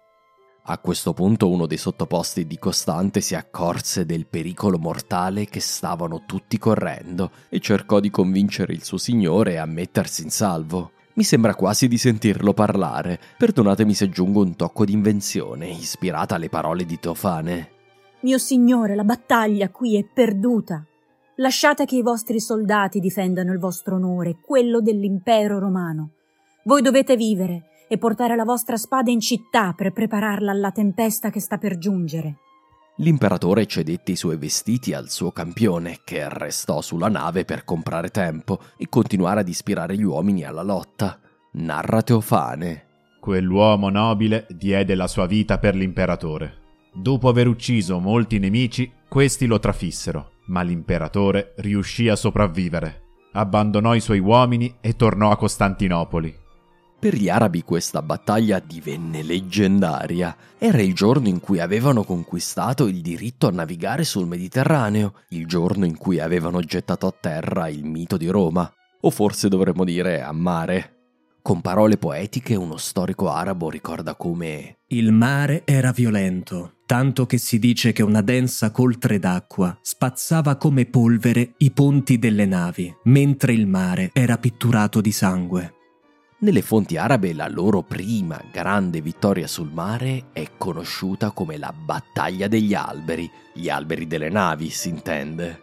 A questo punto uno dei sottoposti di Costante si accorse del pericolo mortale che stavano tutti correndo e cercò di convincere il suo signore a mettersi in salvo. Mi sembra quasi di sentirlo parlare, perdonatemi se aggiungo un tocco di invenzione, ispirata alle parole di Teofane. Mio signore, la battaglia qui è perduta. Lasciate che i vostri soldati difendano il vostro onore, quello dell'impero romano. Voi dovete vivere e portare la vostra spada in città per prepararla alla tempesta che sta per giungere. L'imperatore cedette i suoi vestiti al suo campione, che restò sulla nave per comprare tempo e continuare ad ispirare gli uomini alla lotta. Narra Teofane. Quell'uomo nobile diede la sua vita per l'imperatore. Dopo aver ucciso molti nemici, questi lo trafissero, ma l'imperatore riuscì a sopravvivere. Abbandonò i suoi uomini e tornò a Costantinopoli. Per gli arabi questa battaglia divenne leggendaria. Era il giorno in cui avevano conquistato il diritto a navigare sul Mediterraneo, il giorno in cui avevano gettato a terra il mito di Roma, o forse dovremmo dire a mare. Con parole poetiche uno storico arabo ricorda come il mare era violento, tanto che si dice che una densa coltre d'acqua spazzava come polvere i ponti delle navi, mentre il mare era pitturato di sangue. Nelle fonti arabe la loro prima grande vittoria sul mare è conosciuta come la battaglia degli alberi, gli alberi delle navi si intende.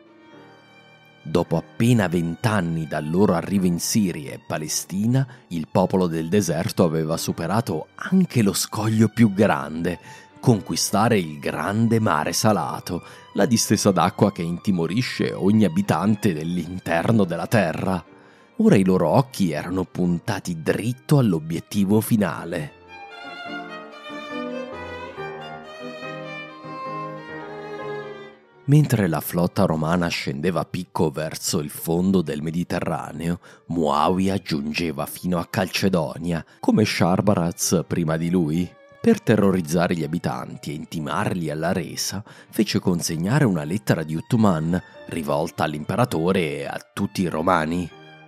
Dopo appena vent'anni dal loro arrivo in Siria e Palestina, il popolo del deserto aveva superato anche lo scoglio più grande, conquistare il grande mare salato, la distesa d'acqua che intimorisce ogni abitante dell'interno della terra. Ora i loro occhi erano puntati dritto all'obiettivo finale. Mentre la flotta romana scendeva a picco verso il fondo del Mediterraneo, Muawiya giungeva fino a Calcedonia, come Sharbaraz prima di lui. Per terrorizzare gli abitanti e intimarli alla resa, fece consegnare una lettera di Uthman rivolta all'imperatore e a tutti i romani.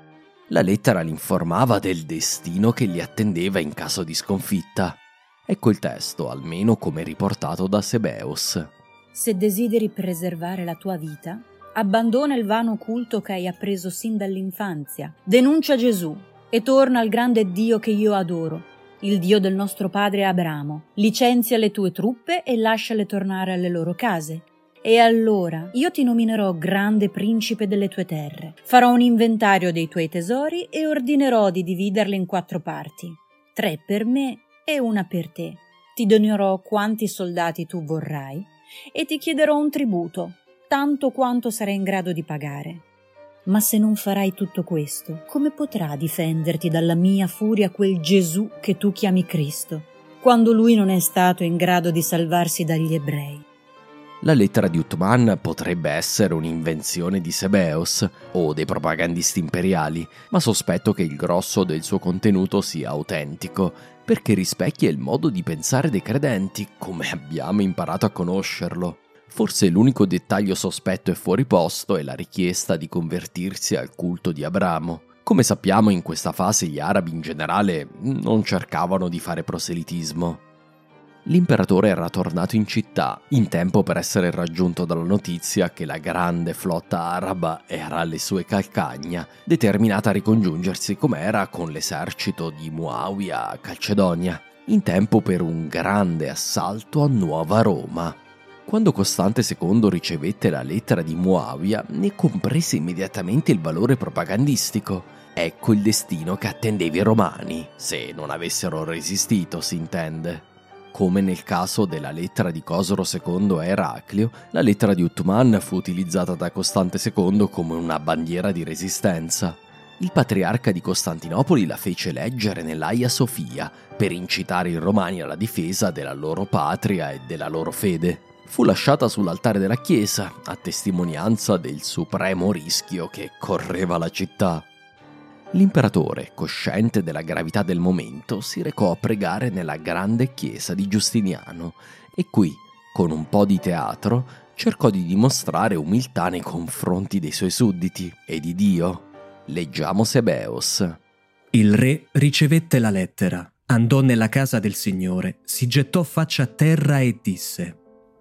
La lettera li informava del destino che li attendeva in caso di sconfitta. Ecco il testo, almeno come riportato da Sebeos. Se desideri preservare la tua vita, abbandona il vano culto che hai appreso sin dall'infanzia, denuncia Gesù e torna al grande Dio che io adoro, il Dio del nostro padre Abramo. Licenzia le tue truppe e lasciale tornare alle loro case. E allora io ti nominerò grande principe delle tue terre. Farò un inventario dei tuoi tesori e ordinerò di dividerli in quattro parti, tre per me e una per te. Ti donerò quanti soldati tu vorrai e ti chiederò un tributo, tanto quanto sarai in grado di pagare. Ma se non farai tutto questo, come potrà difenderti dalla mia furia quel Gesù che tu chiami Cristo, quando lui non è stato in grado di salvarsi dagli ebrei? La lettera di Uthman potrebbe essere un'invenzione di Sebeos o dei propagandisti imperiali, ma sospetto che il grosso del suo contenuto sia autentico, perché rispecchia il modo di pensare dei credenti, come abbiamo imparato a conoscerlo. Forse l'unico dettaglio sospetto e fuori posto è la richiesta di convertirsi al culto di Abramo. Come sappiamo, in questa fase gli arabi in generale non cercavano di fare proselitismo. L'imperatore era tornato in città in tempo per essere raggiunto dalla notizia che la grande flotta araba era alle sue calcagna, determinata a ricongiungersi com'era con l'esercito di Muawiya a Calcedonia, in tempo per un grande assalto a Nuova Roma. Quando Costante secondo ricevette la lettera di Muawiya, ne comprese immediatamente il valore propagandistico. Ecco il destino che attendeva i romani, se non avessero resistito, si intende. Come nel caso della lettera di Cosro secondo a Eraclio, la lettera di Uthman fu utilizzata da Costante secondo come una bandiera di resistenza. Il patriarca di Costantinopoli la fece leggere nell'Aia Sofia per incitare i romani alla difesa della loro patria e della loro fede. Fu lasciata sull'altare della chiesa, a testimonianza del supremo rischio che correva la città. L'imperatore, cosciente della gravità del momento, si recò a pregare nella grande chiesa di Giustiniano e qui, con un po' di teatro, cercò di dimostrare umiltà nei confronti dei suoi sudditi e di Dio. Leggiamo Sebeos. Il re ricevette la lettera, andò nella casa del Signore, si gettò faccia a terra e disse: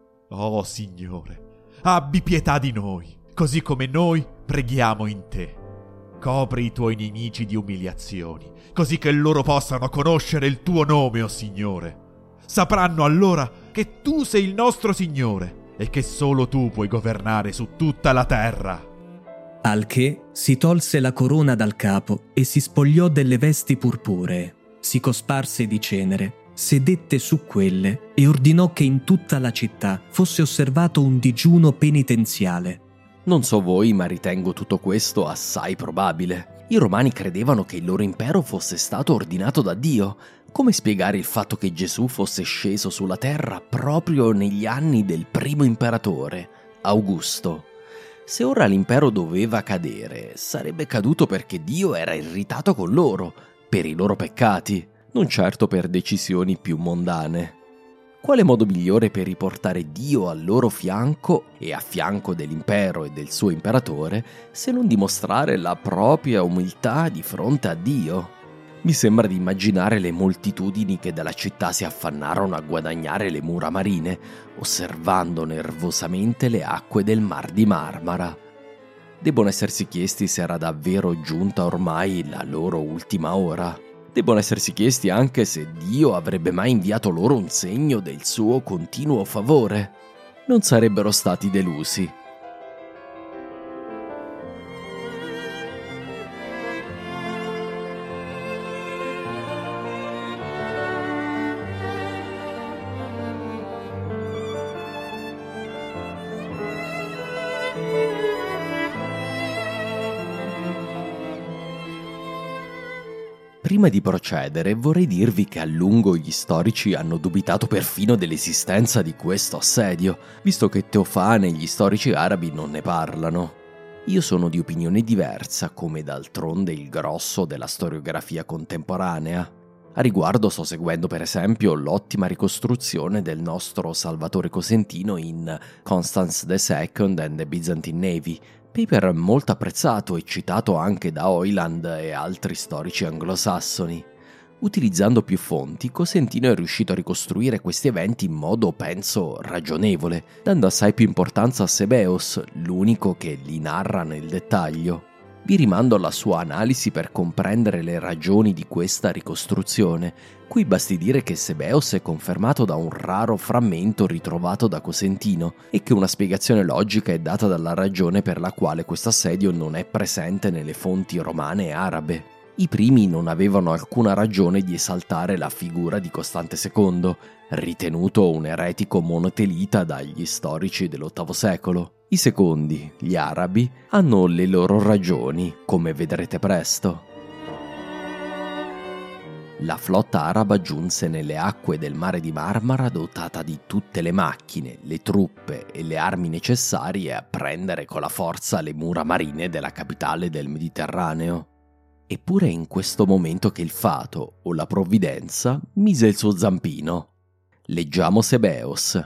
«Oh Signore, abbi pietà di noi, così come noi preghiamo in te. Copri i tuoi nemici di umiliazioni, così che loro possano conoscere il tuo nome, o Signore. Sapranno allora che tu sei il nostro Signore e che solo tu puoi governare su tutta la terra». Al che si tolse la corona dal capo e si spogliò delle vesti purpuree, si cosparse di cenere, sedette su quelle e ordinò che in tutta la città fosse osservato un digiuno penitenziale. Non so voi, ma ritengo tutto questo assai probabile. I romani credevano che il loro impero fosse stato ordinato da Dio. Come spiegare il fatto che Gesù fosse sceso sulla terra proprio negli anni del primo imperatore, Augusto? Se ora l'impero doveva cadere, sarebbe caduto perché Dio era irritato con loro, per i loro peccati, non certo per decisioni più mondane. Quale modo migliore per riportare Dio al loro fianco e a fianco dell'impero e del suo imperatore se non dimostrare la propria umiltà di fronte a Dio? Mi sembra di immaginare le moltitudini che dalla città si affannarono a guadagnare le mura marine, osservando nervosamente le acque del Mar di Marmara. Debbono essersi chiesti se era davvero giunta ormai la loro ultima ora. Debbono essersi chiesti anche se Dio avrebbe mai inviato loro un segno del suo continuo favore. Non sarebbero stati delusi. Prima di procedere vorrei dirvi che a lungo gli storici hanno dubitato perfino dell'esistenza di questo assedio, visto che Teofane e gli storici arabi non ne parlano. Io sono di opinione diversa, come d'altronde il grosso della storiografia contemporanea. A riguardo sto seguendo per esempio l'ottima ricostruzione del nostro Salvatore Cosentino in Constance the Second and the Byzantine Navy, paper molto apprezzato e citato anche da Hoyland e altri storici anglosassoni. Utilizzando più fonti, Cosentino è riuscito a ricostruire questi eventi in modo, penso, ragionevole, dando assai più importanza a Sebeos, l'unico che li narra nel dettaglio. Vi rimando alla sua analisi per comprendere le ragioni di questa ricostruzione. Qui basti dire che Sebeos è confermato da un raro frammento ritrovato da Cosentino e che una spiegazione logica è data dalla ragione per la quale questo assedio non è presente nelle fonti romane e arabe. I primi non avevano alcuna ragione di esaltare la figura di Costante secondo, ritenuto un eretico monotelita dagli storici dell'ottavo secolo. I secondi, gli arabi, hanno le loro ragioni, come vedrete presto. La flotta araba giunse nelle acque del mare di Marmara dotata di tutte le macchine, le truppe e le armi necessarie a prendere con la forza le mura marine della capitale del Mediterraneo. Eppure è in questo momento che il fato, o la provvidenza, mise il suo zampino. Leggiamo Sebeos.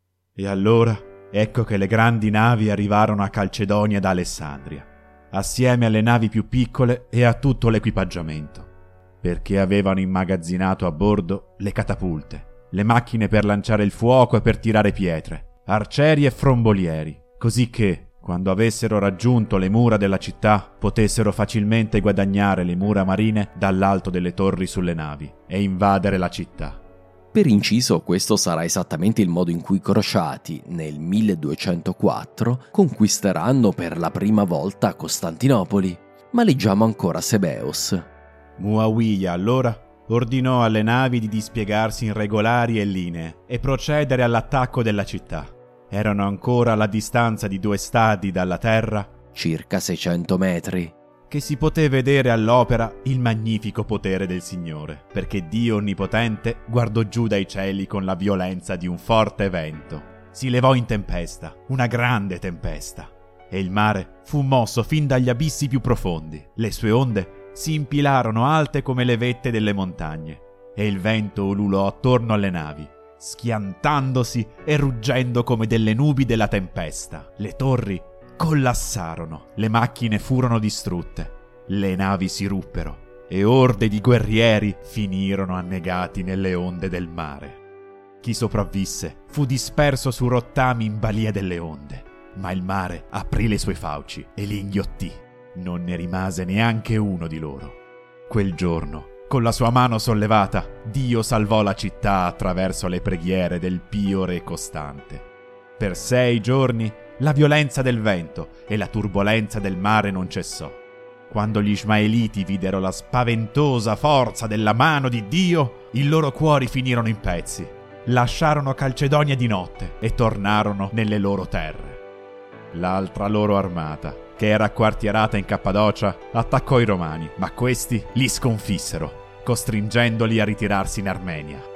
E allora ecco che le grandi navi arrivarono a Calcedonia da Alessandria, assieme alle navi più piccole e a tutto l'equipaggiamento, perché avevano immagazzinato a bordo le catapulte, le macchine per lanciare il fuoco e per tirare pietre, arcieri e frombolieri, così che, quando avessero raggiunto le mura della città, potessero facilmente guadagnare le mura marine dall'alto delle torri sulle navi e invadere la città. Per inciso, questo sarà esattamente il modo in cui i crociati, nel milleduecentoquattro, conquisteranno per la prima volta Costantinopoli. Ma leggiamo ancora Sebeos. Muawiya allora ordinò alle navi di dispiegarsi in regolari e linee e procedere all'attacco della città. Erano ancora alla distanza di due stadi dalla terra, circa seicento metri, che si poté vedere all'opera il magnifico potere del Signore, perché Dio Onnipotente guardò giù dai cieli con la violenza di un forte vento. Si levò in tempesta, una grande tempesta, e il mare fu mosso fin dagli abissi più profondi. Le sue onde si impilarono alte come le vette delle montagne, e il vento ululò attorno alle navi, schiantandosi e ruggendo come delle nubi della tempesta. Le torri collassarono, le macchine furono distrutte, le navi si ruppero e orde di guerrieri finirono annegati nelle onde del mare. Chi sopravvisse fu disperso su rottami in balia delle onde, ma il mare aprì le sue fauci e li inghiottì. Non ne rimase neanche uno di loro. Quel giorno, con la sua mano sollevata, Dio salvò la città attraverso le preghiere del pio re Costante. Per sei giorni la violenza del vento e la turbolenza del mare non cessò. Quando gli Ismaeliti videro la spaventosa forza della mano di Dio, i loro cuori finirono in pezzi. Lasciarono Calcedonia di notte e tornarono nelle loro terre. L'altra loro armata, che era acquartierata in Cappadocia, attaccò i Romani, ma questi li sconfissero, costringendoli a ritirarsi in Armenia.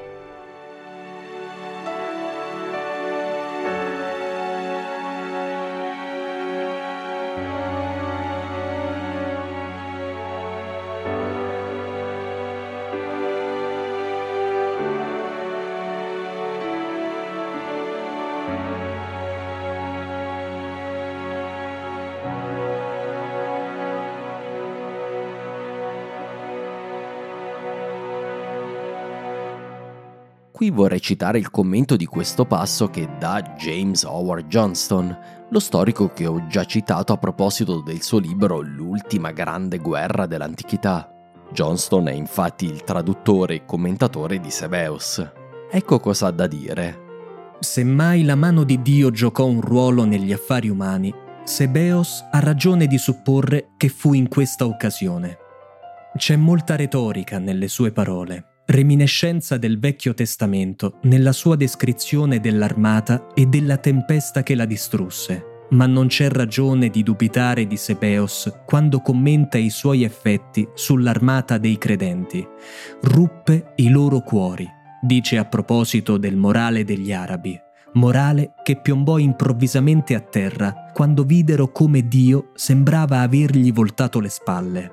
Qui vorrei citare il commento di questo passo che dà James Howard Johnston, lo storico che ho già citato a proposito del suo libro L'ultima grande guerra dell'antichità. Johnston è infatti il traduttore e commentatore di Sebeos. Ecco cosa ha da dire. Semmai la mano di Dio giocò un ruolo negli affari umani, Sebeos ha ragione di supporre che fu in questa occasione. C'è molta retorica nelle sue parole, reminiscenza del Vecchio Testamento nella sua descrizione dell'armata e della tempesta che la distrusse, ma non c'è ragione di dubitare di Sebeos quando commenta i suoi effetti sull'armata dei credenti. Ruppe i loro cuori, dice a proposito del morale degli arabi, morale che piombò improvvisamente a terra quando videro come Dio sembrava avergli voltato le spalle.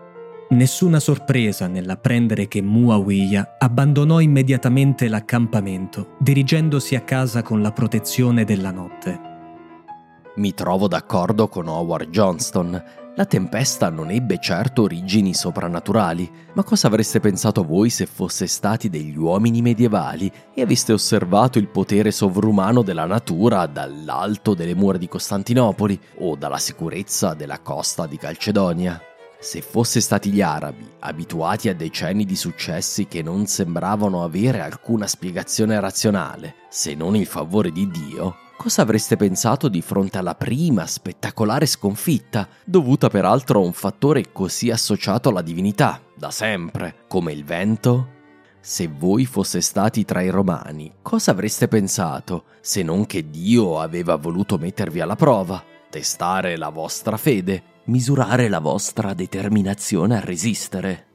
Nessuna sorpresa nell'apprendere che Muawiyah abbandonò immediatamente l'accampamento, dirigendosi a casa con la protezione della notte. Mi trovo d'accordo con Howard Johnston. La tempesta non ebbe certo origini soprannaturali, ma cosa avreste pensato voi se foste stati degli uomini medievali e aveste osservato il potere sovrumano della natura dall'alto delle mura di Costantinopoli o dalla sicurezza della costa di Calcedonia? Se foste stati gli arabi, abituati a decenni di successi che non sembravano avere alcuna spiegazione razionale, se non il favore di Dio, cosa avreste pensato di fronte alla prima spettacolare sconfitta, dovuta peraltro a un fattore così associato alla divinità, da sempre, come il vento? Se voi foste stati tra i romani, cosa avreste pensato, se non che Dio aveva voluto mettervi alla prova, testare la vostra fede, misurare la vostra determinazione a resistere?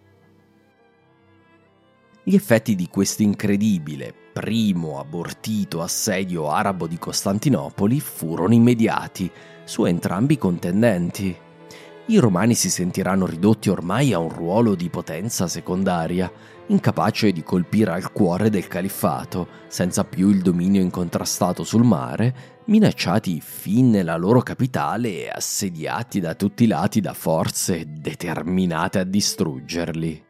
Gli effetti di questo incredibile, primo abortito assedio arabo di Costantinopoli furono immediati su entrambi i contendenti. I romani si sentiranno ridotti ormai a un ruolo di potenza secondaria, incapace di colpire al cuore del califfato, senza più il dominio incontrastato sul mare, minacciati fin nella loro capitale e assediati da tutti i lati da forze determinate a distruggerli.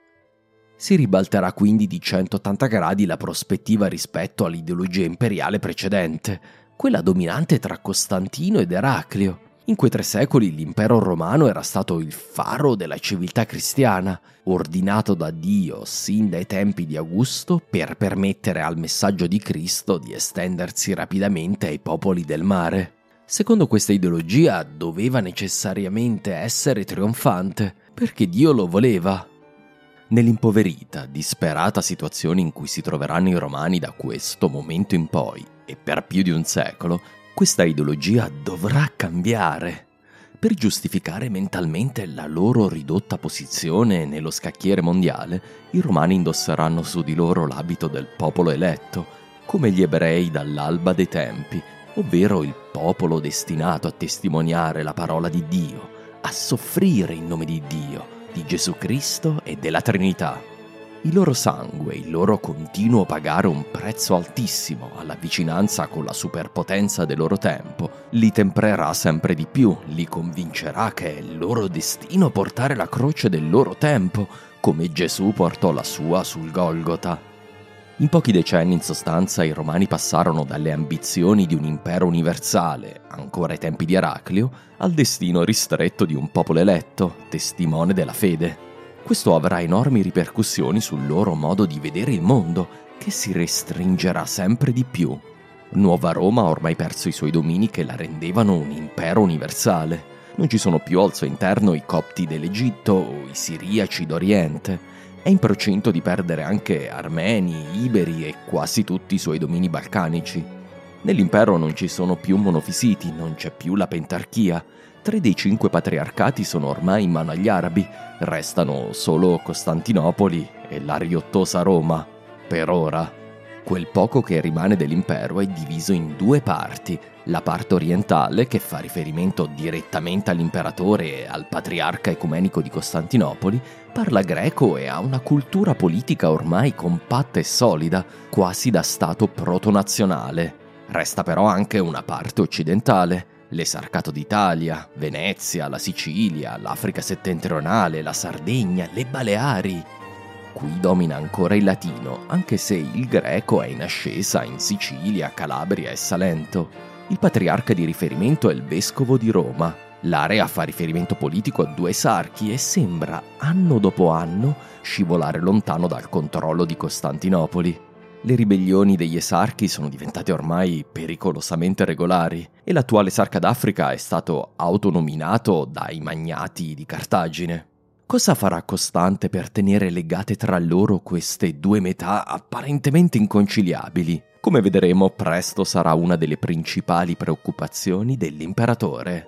Si ribalterà quindi di centottanta gradi la prospettiva rispetto all'ideologia imperiale precedente, quella dominante tra Costantino ed Eraclio. In quei tre secoli l'impero romano era stato il faro della civiltà cristiana, ordinato da Dio sin dai tempi di Augusto per permettere al messaggio di Cristo di estendersi rapidamente ai popoli del mare. Secondo questa ideologia doveva necessariamente essere trionfante, perché Dio lo voleva. Nell'impoverita, disperata situazione in cui si troveranno i romani da questo momento in poi, e per più di un secolo, questa ideologia dovrà cambiare. Per giustificare mentalmente la loro ridotta posizione nello scacchiere mondiale, i romani indosseranno su di loro l'abito del popolo eletto, come gli ebrei dall'alba dei tempi, ovvero il popolo destinato a testimoniare la parola di Dio, a soffrire in nome di Dio, di Gesù Cristo e della Trinità. Il loro sangue, il loro continuo pagare un prezzo altissimo alla vicinanza con la superpotenza del loro tempo, li temprerà sempre di più, li convincerà che è il loro destino portare la croce del loro tempo, come Gesù portò la sua sul Golgota. In pochi decenni, in sostanza, i romani passarono dalle ambizioni di un impero universale, ancora ai tempi di Eraclio, al destino ristretto di un popolo eletto, testimone della fede. Questo avrà enormi ripercussioni sul loro modo di vedere il mondo, che si restringerà sempre di più. Nuova Roma ha ormai perso i suoi domini che la rendevano un impero universale. Non ci sono più al suo interno i copti dell'Egitto o i siriaci d'Oriente. È in procinto di perdere anche armeni, iberi e quasi tutti i suoi domini balcanici. Nell'impero non ci sono più monofisiti, non c'è più la pentarchia. Tre dei cinque patriarcati sono ormai in mano agli arabi, restano solo Costantinopoli e la riottosa Roma, per ora. Quel poco che rimane dell'impero è diviso in due parti, la parte orientale, che fa riferimento direttamente all'imperatore e al patriarca ecumenico di Costantinopoli, parla greco e ha una cultura politica ormai compatta e solida, quasi da stato protonazionale. Resta però anche una parte occidentale, l'Esarcato d'Italia, Venezia, la Sicilia, l'Africa settentrionale, la Sardegna, le Baleari. Qui domina ancora il latino, anche se il greco è in ascesa in Sicilia, Calabria e Salento. Il patriarca di riferimento è il vescovo di Roma. L'area fa riferimento politico a due esarchi e sembra, anno dopo anno, scivolare lontano dal controllo di Costantinopoli. Le ribellioni degli esarchi sono diventate ormai pericolosamente regolari e l'attuale esarca d'Africa è stato autonominato dai magnati di Cartagine. Cosa farà Costante per tenere legate tra loro queste due metà apparentemente inconciliabili? Come vedremo, presto sarà una delle principali preoccupazioni dell'imperatore.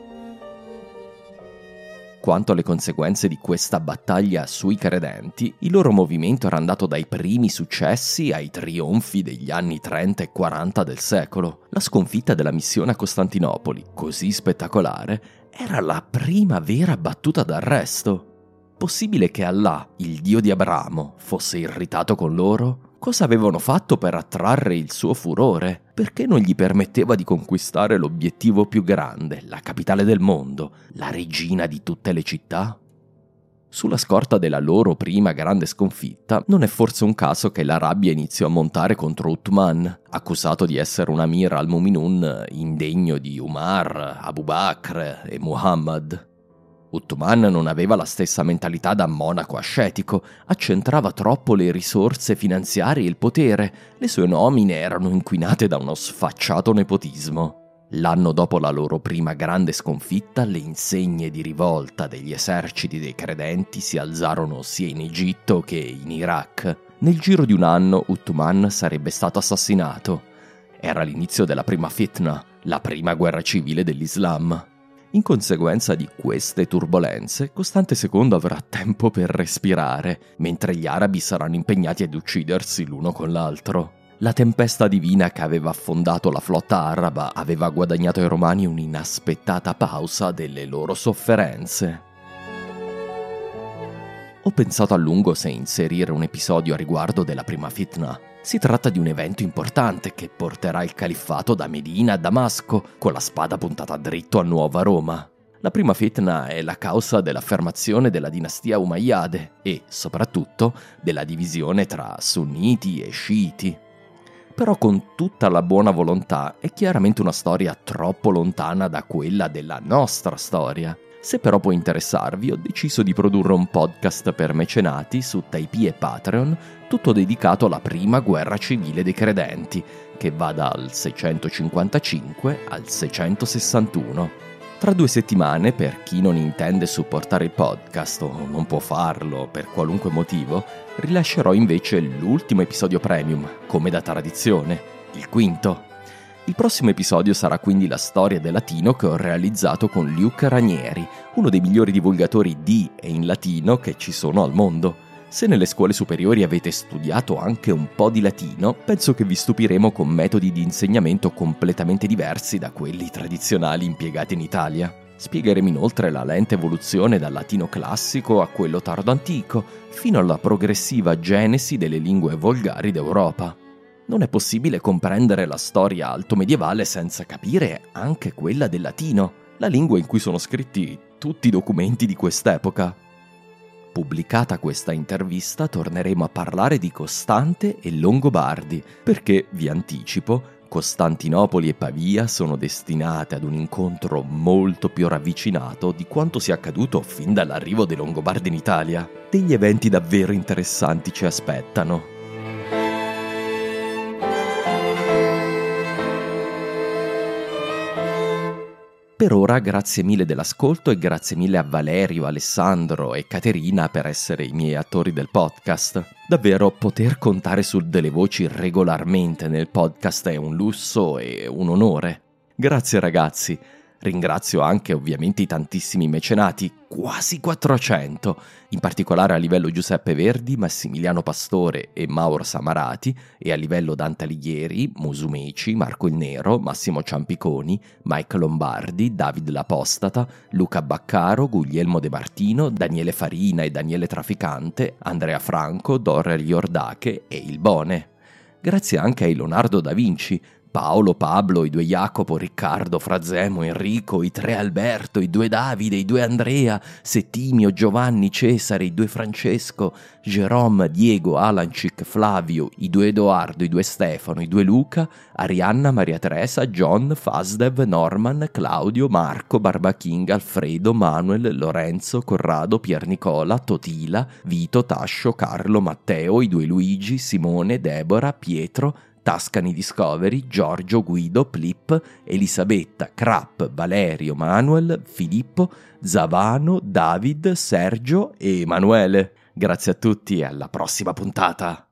Quanto alle conseguenze di questa battaglia sui credenti, il loro movimento era andato dai primi successi ai trionfi degli anni trenta e quaranta del secolo. La sconfitta della missione a Costantinopoli, così spettacolare, era la prima vera battuta d'arresto. Possibile che Allah, il dio di Abramo, fosse irritato con loro? Cosa avevano fatto per attrarre il suo furore? Perché non gli permetteva di conquistare l'obiettivo più grande, la capitale del mondo, la regina di tutte le città? Sulla scorta della loro prima grande sconfitta, non è forse un caso che la rabbia iniziò a montare contro Uthman, accusato di essere un Amir al-Muminun indegno di Umar, Abu Bakr e Muhammad. Uthman non aveva la stessa mentalità da monaco ascetico, accentrava troppo le risorse finanziarie e il potere, le sue nomine erano inquinate da uno sfacciato nepotismo. L'anno dopo la loro prima grande sconfitta, le insegne di rivolta degli eserciti dei credenti si alzarono sia in Egitto che in Iraq. Nel giro di un anno Uthman sarebbe stato assassinato. Era l'inizio della prima fitna, la prima guerra civile dell'Islam. In conseguenza di queste turbolenze, Costante secondo avrà tempo per respirare, mentre gli arabi saranno impegnati ad uccidersi l'uno con l'altro. La tempesta divina che aveva affondato la flotta araba aveva guadagnato ai romani un'inaspettata pausa delle loro sofferenze. Ho pensato a lungo se inserire un episodio a riguardo della prima fitna. Si tratta di un evento importante che porterà il califfato da Medina a Damasco, con la spada puntata dritto a Nuova Roma. La prima fitna è la causa dell'affermazione della dinastia Umayyade e, soprattutto, della divisione tra sunniti e sciiti. Però con tutta la buona volontà è chiaramente una storia troppo lontana da quella della nostra storia. Se però può interessarvi, ho deciso di produrre un podcast per mecenati su Tipeee e Patreon, tutto dedicato alla prima guerra civile dei credenti, che va dal seicentocinquantacinque al seicentosessantuno. Tra due settimane, per chi non intende supportare il podcast o non può farlo per qualunque motivo, rilascerò invece l'ultimo episodio premium, come da tradizione, il quinto. Il prossimo episodio sarà quindi la storia del latino che ho realizzato con Luca Ranieri, uno dei migliori divulgatori di e in latino che ci sono al mondo. Se nelle scuole superiori avete studiato anche un po' di latino, penso che vi stupiremo con metodi di insegnamento completamente diversi da quelli tradizionali impiegati in Italia. Spiegheremo inoltre la lenta evoluzione dal latino classico a quello tardo antico, fino alla progressiva genesi delle lingue volgari d'Europa. Non è possibile comprendere la storia altomedievale senza capire anche quella del latino, la lingua in cui sono scritti tutti i documenti di quest'epoca. Pubblicata questa intervista, torneremo a parlare di Costante e Longobardi, perché, vi anticipo, Costantinopoli e Pavia sono destinate ad un incontro molto più ravvicinato di quanto sia accaduto fin dall'arrivo dei Longobardi in Italia. Degli eventi davvero interessanti ci aspettano. Per ora grazie mille dell'ascolto e grazie mille a Valerio, Alessandro e Caterina per essere i miei attori del podcast. Davvero poter contare su delle voci regolarmente nel podcast è un lusso e un onore. Grazie ragazzi. Ringrazio anche ovviamente i tantissimi mecenati, quasi quattrocento, in particolare a livello Giuseppe Verdi, Massimiliano Pastore e Mauro Samarati, e a livello Dante Alighieri, Musumeci, Marco il Nero, Massimo Ciampiconi, Mike Lombardi, David L'Apostata, Luca Baccaro, Guglielmo De Martino, Daniele Farina e Daniele Traficante, Andrea Franco, Dora Riordache e Il Bone. Grazie anche a Leonardo da Vinci, Paolo, Pablo, i due Jacopo, Riccardo, Frazemo, Enrico, i tre Alberto, i due Davide, i due Andrea, Settimio, Giovanni, Cesare, i due Francesco, Jerome, Diego, Alancic, Flavio, i due Edoardo, i due Stefano, i due Luca, Arianna, Maria Teresa, John, Fasdev, Norman, Claudio, Marco, Barbaching, Alfredo, Manuel, Lorenzo, Corrado, Piernicola, Totila, Vito, Tascio, Carlo, Matteo, i due Luigi, Simone, Deborah, Pietro, Tascani Discovery, Giorgio, Guido, Plip, Elisabetta, Krapp, Valerio, Manuel, Filippo, Zavano, David, Sergio e Emanuele. Grazie a tutti e alla prossima puntata!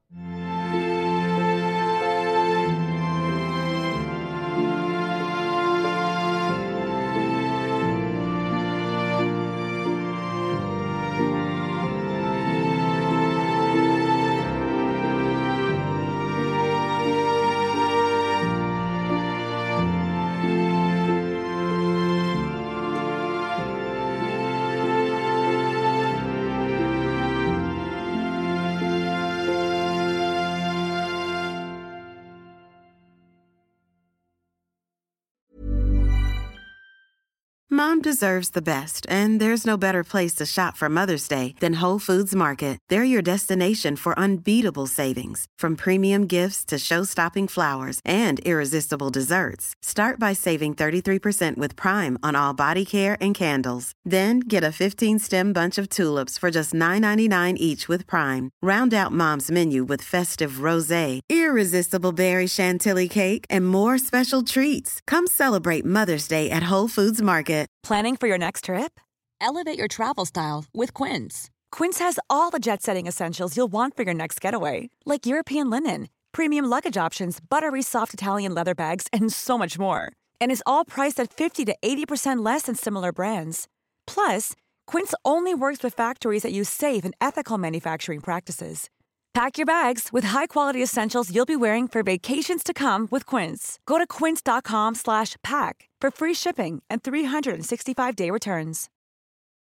Mom deserves the best, and there's no better place to shop for Mother's Day than Whole Foods Market. They're your destination for unbeatable savings, from premium gifts to show-stopping flowers and irresistible desserts. Start by saving thirty-three percent with Prime on all body care and candles. Then get a fifteen-stem bunch of tulips for just nine ninety-nine each with Prime. Round out Mom's menu with festive rosé, irresistible berry chantilly cake, and more special treats. Come celebrate Mother's Day at Whole Foods Market. Planning for your next trip? Elevate your travel style with Quince. Quince has all the jet-setting essentials you'll want for your next getaway, like European linen, premium luggage options, buttery soft Italian leather bags, and so much more. And is all priced at fifty to eighty percent less than similar brands. Plus, Quince only works with factories that use safe and ethical manufacturing practices. Pack your bags with high-quality essentials you'll be wearing for vacations to come with Quince. Go to quince.com slash pack for free shipping and three sixty-five day returns.